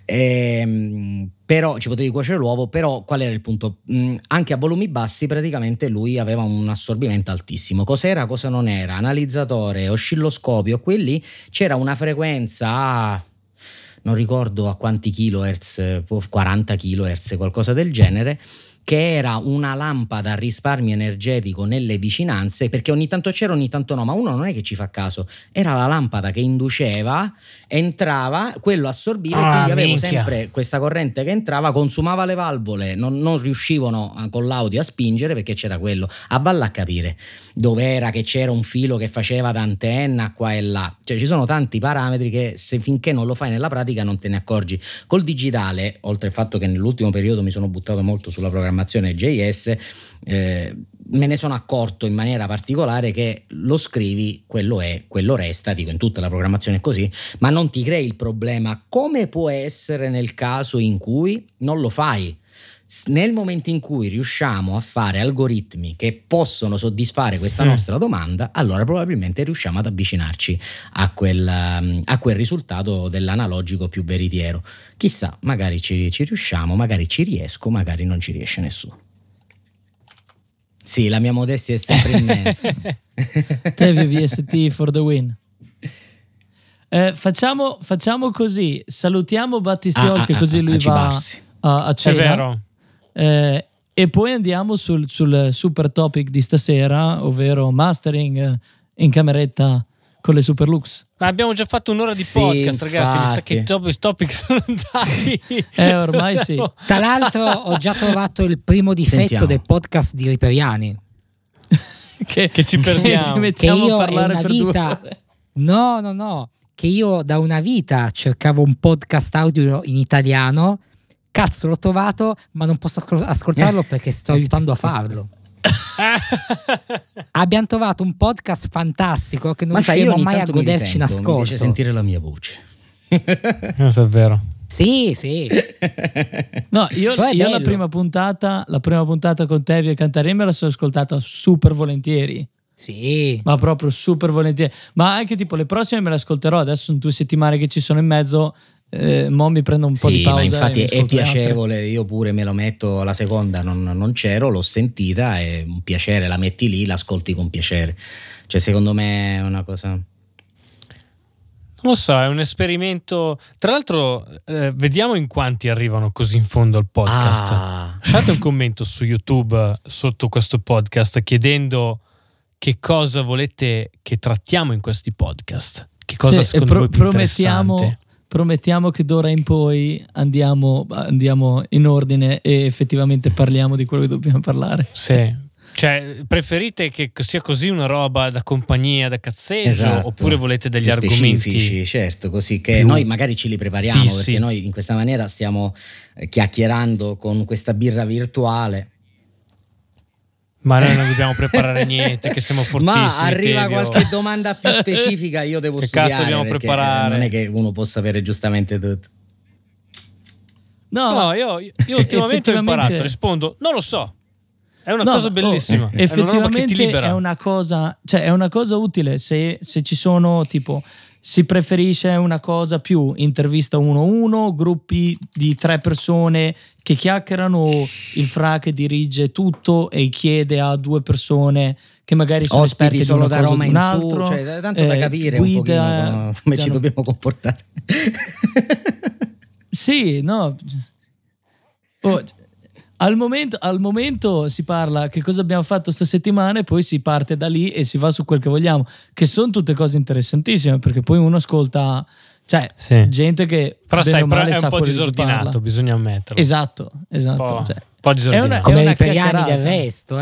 Speaker 4: però ci potevi cuocere l'uovo. Però qual era il punto? Anche a volumi bassi praticamente lui aveva un assorbimento altissimo. Cos'era, cosa non era? Analizzatore, oscilloscopio, quelli c'era una frequenza non ricordo a quanti kilohertz, 40 kilohertz, qualcosa del genere, che era una lampada a risparmio energetico nelle vicinanze, perché ogni tanto c'era, ogni tanto no, ma uno non è che ci fa caso, era la lampada che induceva, entrava, quello assorbiva, e quindi avevo sempre questa corrente che entrava, consumava le valvole, non riuscivano con l'audio a spingere perché c'era quello. A balla a capire dov'era che c'era un filo che faceva da antenna qua e là, cioè ci sono tanti parametri che finché non lo fai nella pratica non te ne accorgi. Col digitale, oltre al fatto che nell'ultimo periodo mi sono buttato molto sulla programmazione JS, me ne sono accorto in maniera particolare che lo scrivi, quello è, quello resta, dico in tutta la programmazione è così, ma non ti crei il problema come può essere nel caso in cui non lo fai. nel momento in cui riusciamo a fare algoritmi che possono soddisfare questa nostra domanda, allora probabilmente riusciamo ad avvicinarci a quel risultato dell'analogico più veritiero. Chissà, magari ci riusciamo, magari ci riesco, magari non ci riesce nessuno. Sì, la mia modestia è sempre immensa.
Speaker 2: Tevio VST for the win. Facciamo così, salutiamo Battistiol che così lui va a cena.
Speaker 1: È vero.
Speaker 2: E poi andiamo sul super topic di stasera, ovvero mastering in cameretta con le Superlux.
Speaker 1: Ma abbiamo già fatto un'ora di podcast, ragazzi. Mi sa che i topic sono andati.
Speaker 2: Ormai sì.
Speaker 3: Tra l'altro ho già trovato il primo difetto del podcast di Riperiani.
Speaker 1: che ci perdiamo.
Speaker 2: Ci mettiamo
Speaker 3: che io
Speaker 2: a parlare per
Speaker 3: vita... 2 ore. No. Che io da una vita cercavo un podcast audio in italiano. Cazzo, l'ho trovato, ma non posso ascoltarlo perché sto aiutando a farlo. Abbiamo trovato un podcast fantastico che non riusciremo mai a goderci in ascolto.
Speaker 4: Mi piace sentire la mia voce.
Speaker 1: Questo è vero.
Speaker 3: Sì.
Speaker 2: No, io la prima puntata con Tevio e Cantarè me la sono ascoltata super volentieri.
Speaker 3: Sì.
Speaker 2: Ma proprio super volentieri. Ma anche tipo le prossime me le ascolterò. Adesso sono 2 settimane che ci sono in mezzo. Mo mi prendo un po' di pausa.
Speaker 4: Ma infatti è piacevole. Io pure me lo metto la seconda, non c'ero, l'ho sentita, è un piacere, la metti lì, l'ascolti con piacere. Cioè secondo me è una cosa...
Speaker 1: Non lo so, è un esperimento. Tra l'altro vediamo in quanti arrivano così in fondo al podcast. Lasciate un commento su YouTube sotto questo podcast chiedendo che cosa volete che trattiamo in questi podcast, che cosa secondo voi più interessante.
Speaker 2: Promettiamo che d'ora in poi andiamo in ordine e effettivamente parliamo di quello che dobbiamo parlare.
Speaker 1: Sì. Cioè, preferite che sia così una roba da compagnia, da cazzeggio, oppure volete degli argomenti
Speaker 4: specifici? Certo, così che noi magari ce li prepariamo, fissi. Perché noi in questa maniera stiamo chiacchierando con questa birra virtuale.
Speaker 1: Ma noi non dobbiamo preparare niente, che siamo fortissimi.
Speaker 4: Ma arriva
Speaker 1: Tevio.
Speaker 4: qualche domanda più specifica, io devo studiare.
Speaker 1: Che cazzo dobbiamo preparare?
Speaker 4: Non è che uno possa sapere giustamente tutto.
Speaker 1: No, io ultimamente ho imparato, rispondo, non lo so. È una cosa bellissima.
Speaker 2: Effettivamente
Speaker 1: è
Speaker 2: una cosa utile se ci sono tipo... Si preferisce una cosa più intervista 1-1, gruppi di 3 persone che chiacchierano, il fra che dirige tutto e chiede a 2 persone che magari sono esperte
Speaker 4: solo
Speaker 2: di una
Speaker 4: da
Speaker 2: cosa
Speaker 4: Roma
Speaker 2: o
Speaker 4: in
Speaker 2: un'altra,
Speaker 4: su, cioè tanto da capire guida, un pochino come ci dobbiamo comportare.
Speaker 2: Sì, no. Al momento si parla che cosa abbiamo fatto sta settimana e poi si parte da lì e si va su quel che vogliamo, che sono tutte cose interessantissime, perché poi uno ascolta, cioè gente che
Speaker 1: però
Speaker 2: bene
Speaker 1: sai,
Speaker 2: o male
Speaker 1: è un
Speaker 2: sa
Speaker 1: po' disordinato, bisogna ammetterlo.
Speaker 2: Esatto.
Speaker 1: Un po' disordinato.
Speaker 3: Come i Periani del resto,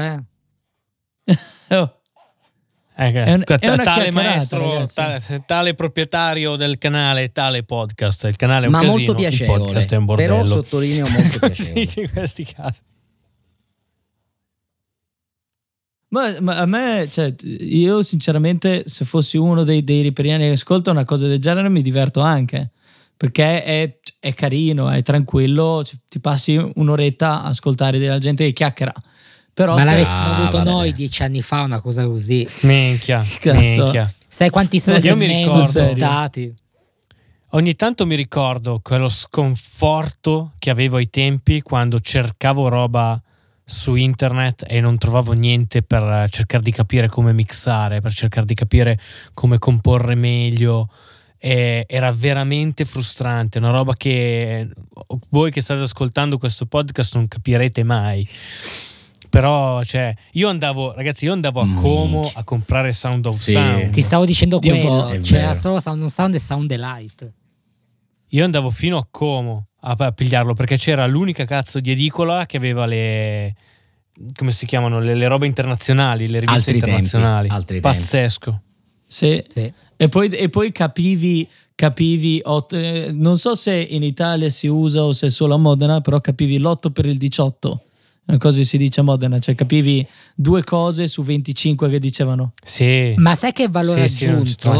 Speaker 1: Tale maestro, tale proprietario del canale, tale podcast. Il canale è un casino,
Speaker 4: molto piacevole,
Speaker 1: il podcast è un bordello.
Speaker 4: Però sottolineo molto piacevole.
Speaker 1: Sì, in questi casi.
Speaker 2: Ma a me, cioè, io sinceramente, se fossi uno dei riperiani che ascolta una cosa del genere, mi diverto anche, perché è carino, è tranquillo, cioè, ti passi un'oretta a ascoltare della gente che chiacchiera. Però
Speaker 3: ma l'avessimo avuto noi 10 anni fa una cosa così.
Speaker 1: Minchia.
Speaker 3: Sai quanti soldi
Speaker 1: io mi ricordo
Speaker 3: buttati?
Speaker 1: Ogni tanto mi ricordo quello sconforto che avevo ai tempi quando cercavo roba su internet e non trovavo niente per cercare di capire come mixare, per cercare di capire come comporre meglio. Era veramente frustrante, una roba che voi che state ascoltando questo podcast non capirete mai. Però cioè io andavo a Como a comprare Sound of Sound.
Speaker 3: Ti stavo dicendo quello, c'era solo Sound of Sound e Sound Delight.
Speaker 1: Io andavo fino a Como a pigliarlo perché c'era l'unica cazzo di edicola che aveva le, come si chiamano, le robe internazionali, le riviste internazionali. Pazzesco.
Speaker 2: Sì. E poi capivi non so se in Italia si usa o se è solo a Modena, però capivi l'8 per il 18. Così si dice a Modena, cioè capivi 2 cose su 25 che dicevano.
Speaker 1: Sì.
Speaker 3: Ma sai che il valore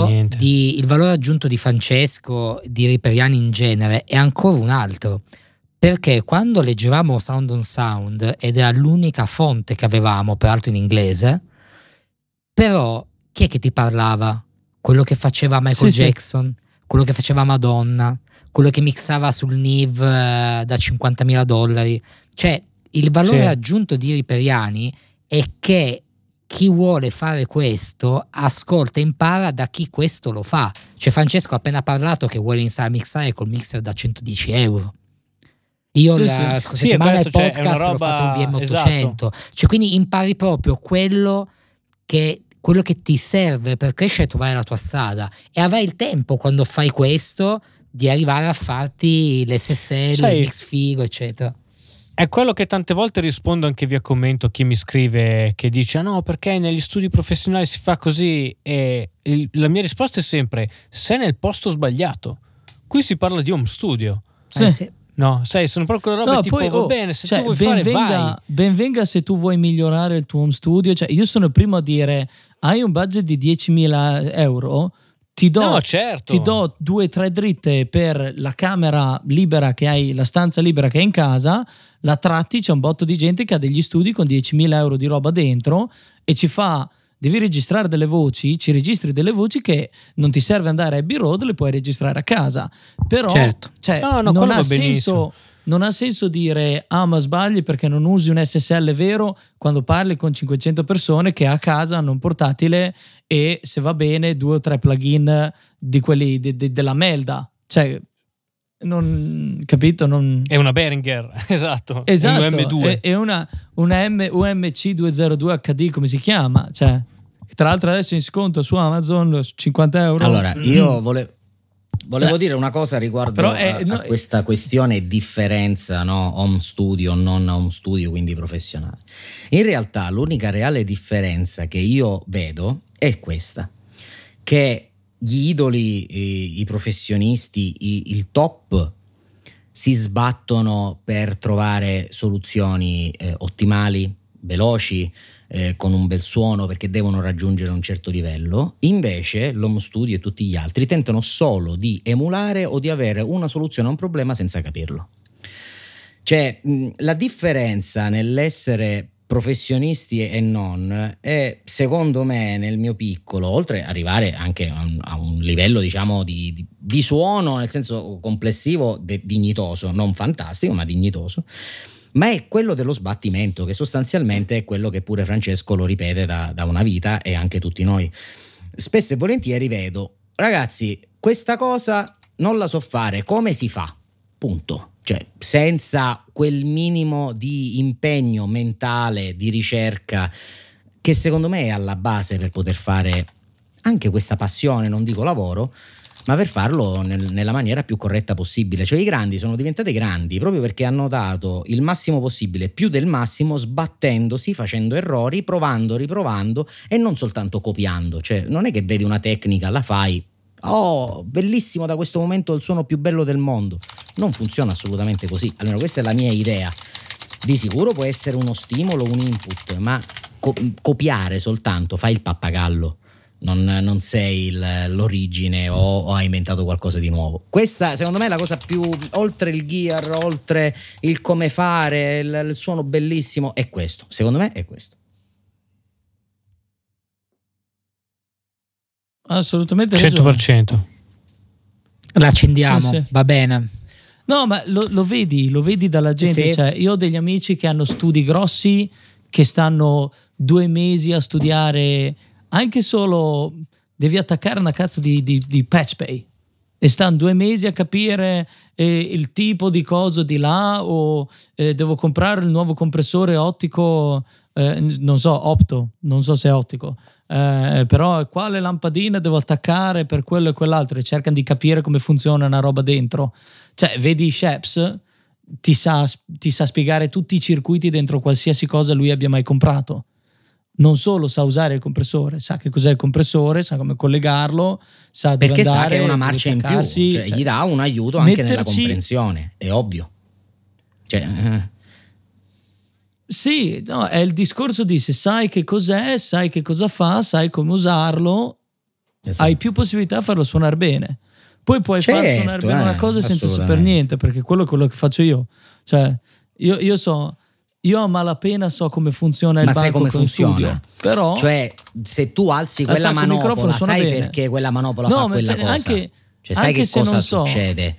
Speaker 3: aggiunto di Francesco, di Riperiani in genere, è ancora un altro, Perché quando leggevamo Sound on Sound, ed era l'unica fonte che avevamo, peraltro in inglese, però chi è che ti parlava? Quello che faceva Michael Jackson, quello che faceva Madonna, quello che mixava sul NIV da $50.000. Cioè, il valore aggiunto di Riperiani è che chi vuole fare questo ascolta e impara da chi questo lo fa. Cioè, Francesco ha appena parlato che vuole iniziare a mixare col mixer da €110. Io la scorsa settimana il podcast l'ho fatto un BM800. Esatto. Cioè, quindi impari proprio quello che ti serve per crescere e trovare la tua strada, e avrai il tempo, quando fai questo, di arrivare a farti l'SSL, il mix figo, eccetera.
Speaker 1: È quello che tante volte rispondo anche via commento a chi mi scrive, che dice no, perché negli studi professionali si fa così, e la mia risposta è sempre: sei nel posto sbagliato. Qui si parla di home studio.
Speaker 3: Sì.
Speaker 1: No, sono proprio quelle robe tipo poi, va bene, se tu vuoi fare vai.
Speaker 2: Ben venga se tu vuoi migliorare il tuo home studio. Cioè, io sono il primo a dire: hai un budget di €10.000, ti do 2 o 3 dritte per la camera libera che hai, la stanza libera che hai in casa, la tratti. C'è un botto di gente che ha degli studi con €10.000 di roba dentro e ci fa: devi registrare delle voci, ci registri delle voci che non ti serve andare a Abbey Road, le puoi registrare a casa. Però cioè, non ha senso dire ma sbagli perché non usi un SSL vero quando parli con 500 persone che a casa hanno un portatile e, se va bene, 2 o 3 plugin di quelli della Melda. Cioè, non capito? Non...
Speaker 1: È una Behringer, esatto.
Speaker 2: È un M2. È una UMC202 HD, come si chiama? Cioè, tra l'altro adesso in sconto su Amazon €50.
Speaker 4: Allora, io volevo dire una cosa riguardo a questa questione differenza, no? Home studio, non home studio, quindi professionale. In realtà l'unica reale differenza che io vedo è questa, che gli idoli, i professionisti, il top si sbattono per trovare soluzioni ottimali, veloci, con un bel suono, perché devono raggiungere un certo livello. Invece l'home studio e tutti gli altri tentano solo di emulare o di avere una soluzione a un problema senza capirlo. Cioè, la differenza nell'essere professionisti e non è, secondo me, nel mio piccolo, oltre ad arrivare anche a un livello, diciamo, di suono, nel senso complessivo, dignitoso, non fantastico ma dignitoso, ma è quello dello sbattimento, che sostanzialmente è quello che pure Francesco lo ripete da una vita, e anche tutti noi. Spesso e volentieri vedo: ragazzi, questa cosa non la so fare, come si fa? Punto. Cioè, senza quel minimo di impegno mentale, di ricerca, che secondo me è alla base per poter fare anche questa passione, non dico lavoro, ma per farlo nella maniera più corretta possibile. Cioè, i grandi sono diventati grandi proprio perché hanno dato il massimo possibile, più del massimo, sbattendosi, facendo errori, provando, riprovando, e non soltanto copiando. Cioè, non è che vedi una tecnica, la fai, bellissimo, da questo momento il suono più bello del mondo. Non funziona assolutamente così, almeno questa è la mia idea. Di sicuro può essere uno stimolo, un input, ma copiare soltanto, fai il pappagallo, non sei l'origine o hai inventato qualcosa di nuovo. Questa secondo me è la cosa più, oltre il gear, oltre il come fare, il suono bellissimo, è questo, secondo me è questo.
Speaker 2: Assolutamente
Speaker 1: 100%.
Speaker 3: La accendiamo, sì. Va bene.
Speaker 2: No, ma lo vedi dalla gente. Sì. Cioè, io ho degli amici che hanno studi grossi, che stanno 2 mesi a studiare, anche solo devi attaccare una cazzo di patch pay, e stanno 2 mesi a capire il tipo di coso di là, o devo comprare il nuovo compressore ottico, non so, opto, non so se è ottico, però quale lampadina devo attaccare per quello e quell'altro, e cercano di capire come funziona una roba dentro. Cioè, vedi Sheps, ti sa spiegare tutti i circuiti dentro qualsiasi cosa lui abbia mai comprato. Non solo sa usare il compressore, sa che cos'è il compressore, sa come collegarlo, sa dove
Speaker 4: perché
Speaker 2: andare,
Speaker 4: sa che è una marcia in più, cioè, gli dà un aiuto anche nella comprensione, è ovvio. Cioè,
Speaker 2: sì, no, è il discorso di: se sai che cos'è, sai che cosa fa, sai come usarlo, esatto, hai più possibilità di farlo suonare bene. Poi puoi far suonare bene una cosa senza saper niente, perché quello è quello che faccio io. Cioè, io a malapena so come funziona il banco con studio, però
Speaker 4: cioè se tu alzi quella manopola sai bene. Perché quella manopola fa quella cosa,
Speaker 2: anche
Speaker 4: sai che cosa succede.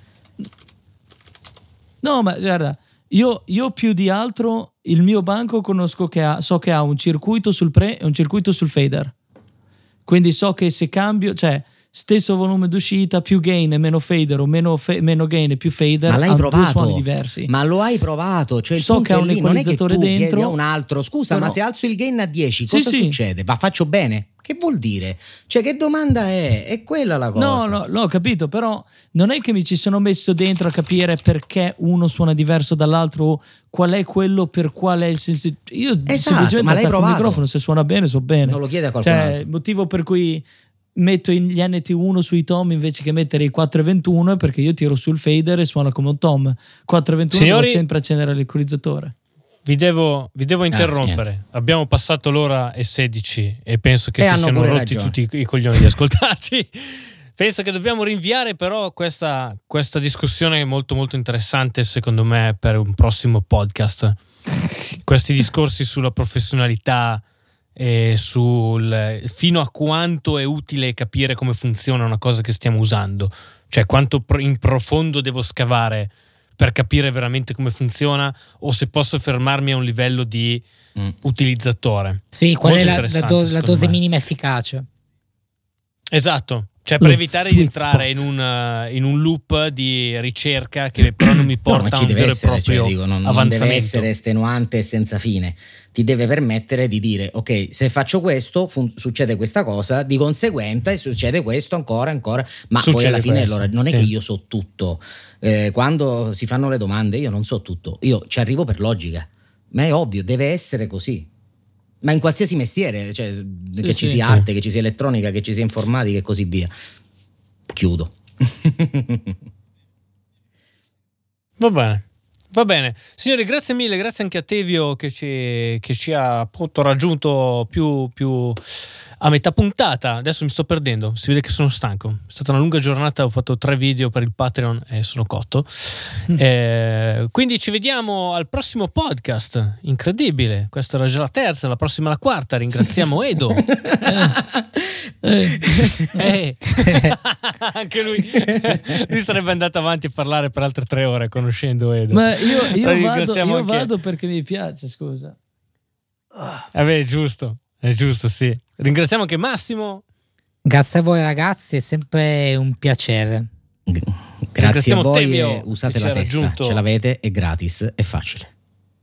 Speaker 2: No, ma guarda, io più di altro il mio banco so che ha un circuito sul pre e un circuito sul fader, quindi so che se cambio, cioè stesso volume d'uscita, più gain e meno fader, o meno gain e più fader,
Speaker 4: ma l'hai provato?
Speaker 2: Due suoni diversi.
Speaker 4: Ma lo hai provato? Cioè,
Speaker 2: so che ha un equalizzatore
Speaker 4: non è che tu
Speaker 2: dentro,
Speaker 4: chiedi a un altro, scusa, ma se alzo il gain a 10 cosa succede? Ma faccio bene? Che vuol dire? Cioè, che domanda è? È quella la cosa.
Speaker 2: No, l'ho capito, però non è che mi ci sono messo dentro a capire perché uno suona diverso dall'altro, o qual è quello per quale è il senso. Io semplicemente
Speaker 4: ma l'hai provato?
Speaker 2: Il microfono, se suona bene, so bene.
Speaker 4: Non lo chiede a qualcun altro.
Speaker 2: Il motivo per cui metto gli NT1 sui tom invece che mettere i 421 è perché io tiro sul fader e suona come un tom. 421 devo sempre accendere l'equalizzatore.
Speaker 1: Vi devo interrompere. Abbiamo passato l'ora e 16 e penso che si siano rotti tutti i coglioni di ascoltarci. Penso che dobbiamo rinviare però questa discussione molto molto interessante secondo me per un prossimo podcast. Questi discorsi sulla professionalità e sul fino a quanto è utile capire come funziona una cosa che stiamo usando, cioè quanto in profondo devo scavare per capire veramente come funziona, o se posso fermarmi a un livello di utilizzatore.
Speaker 3: Sì, qual è la dose minima efficace.
Speaker 1: Esatto, cioè per evitare di entrare in un loop di ricerca che però non mi porta a un vero e proprio avanzamento.
Speaker 4: Non deve essere estenuante e senza fine, ti deve permettere di dire ok, se faccio questo succede questa cosa, di conseguenza succede questo ancora, ma succede poi alla fine non è che io so tutto. Quando si fanno le domande io non so tutto, io ci arrivo per logica, ma è ovvio, deve essere così. Ma in qualsiasi mestiere, cioè che ci sia arte, che ci sia elettronica, che ci sia informatica e così via. Chiudo.
Speaker 1: Va bene. Signori, grazie mille, grazie anche a Tevio che ci ha appunto raggiunto più a metà puntata. Adesso mi sto perdendo, si vede che sono stanco. È stata una lunga giornata, ho fatto 3 video per il Patreon e sono cotto. Quindi ci vediamo al prossimo podcast. Incredibile, questa era già la terza, la prossima la quarta. Ringraziamo Edo. Anche lui sarebbe andato avanti a parlare per altre 3 ore conoscendo Edo.
Speaker 2: Ma io vado perché mi piace, scusa.
Speaker 1: È giusto, sì. Ringraziamo anche Massimo.
Speaker 3: Grazie a voi ragazzi, è sempre un piacere.
Speaker 4: Grazie a voi, Tevio, usate la testa, ce l'avete, è gratis, è facile.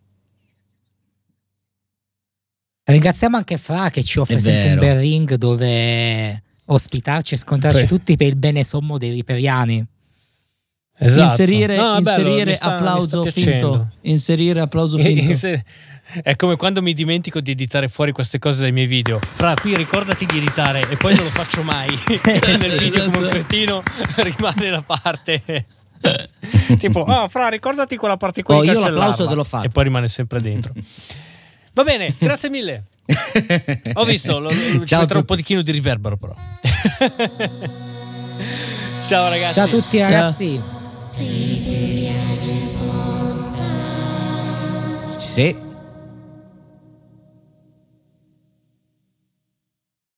Speaker 3: Ringraziamo anche Fra che ci offre sempre un bel ring dove ospitarci e scontrarci tutti per il bene sommo dei riperiani.
Speaker 1: Esatto.
Speaker 2: Inserire applauso finto. Inserire applauso finto.
Speaker 1: È come quando mi dimentico di editare fuori queste cose dai miei video. Fra, qui ricordati di editare e poi non lo faccio mai. Nel video come un cretino rimane la parte tipo, Fra, ricordati quella parte qui.
Speaker 4: Io l'applauso te lo faccio.
Speaker 1: E poi rimane sempre dentro. Va bene, grazie mille. Ho visto, ci metterò un po' di di riverbero però. Ciao ragazzi.
Speaker 3: Ciao a tutti ragazzi.
Speaker 4: Sì.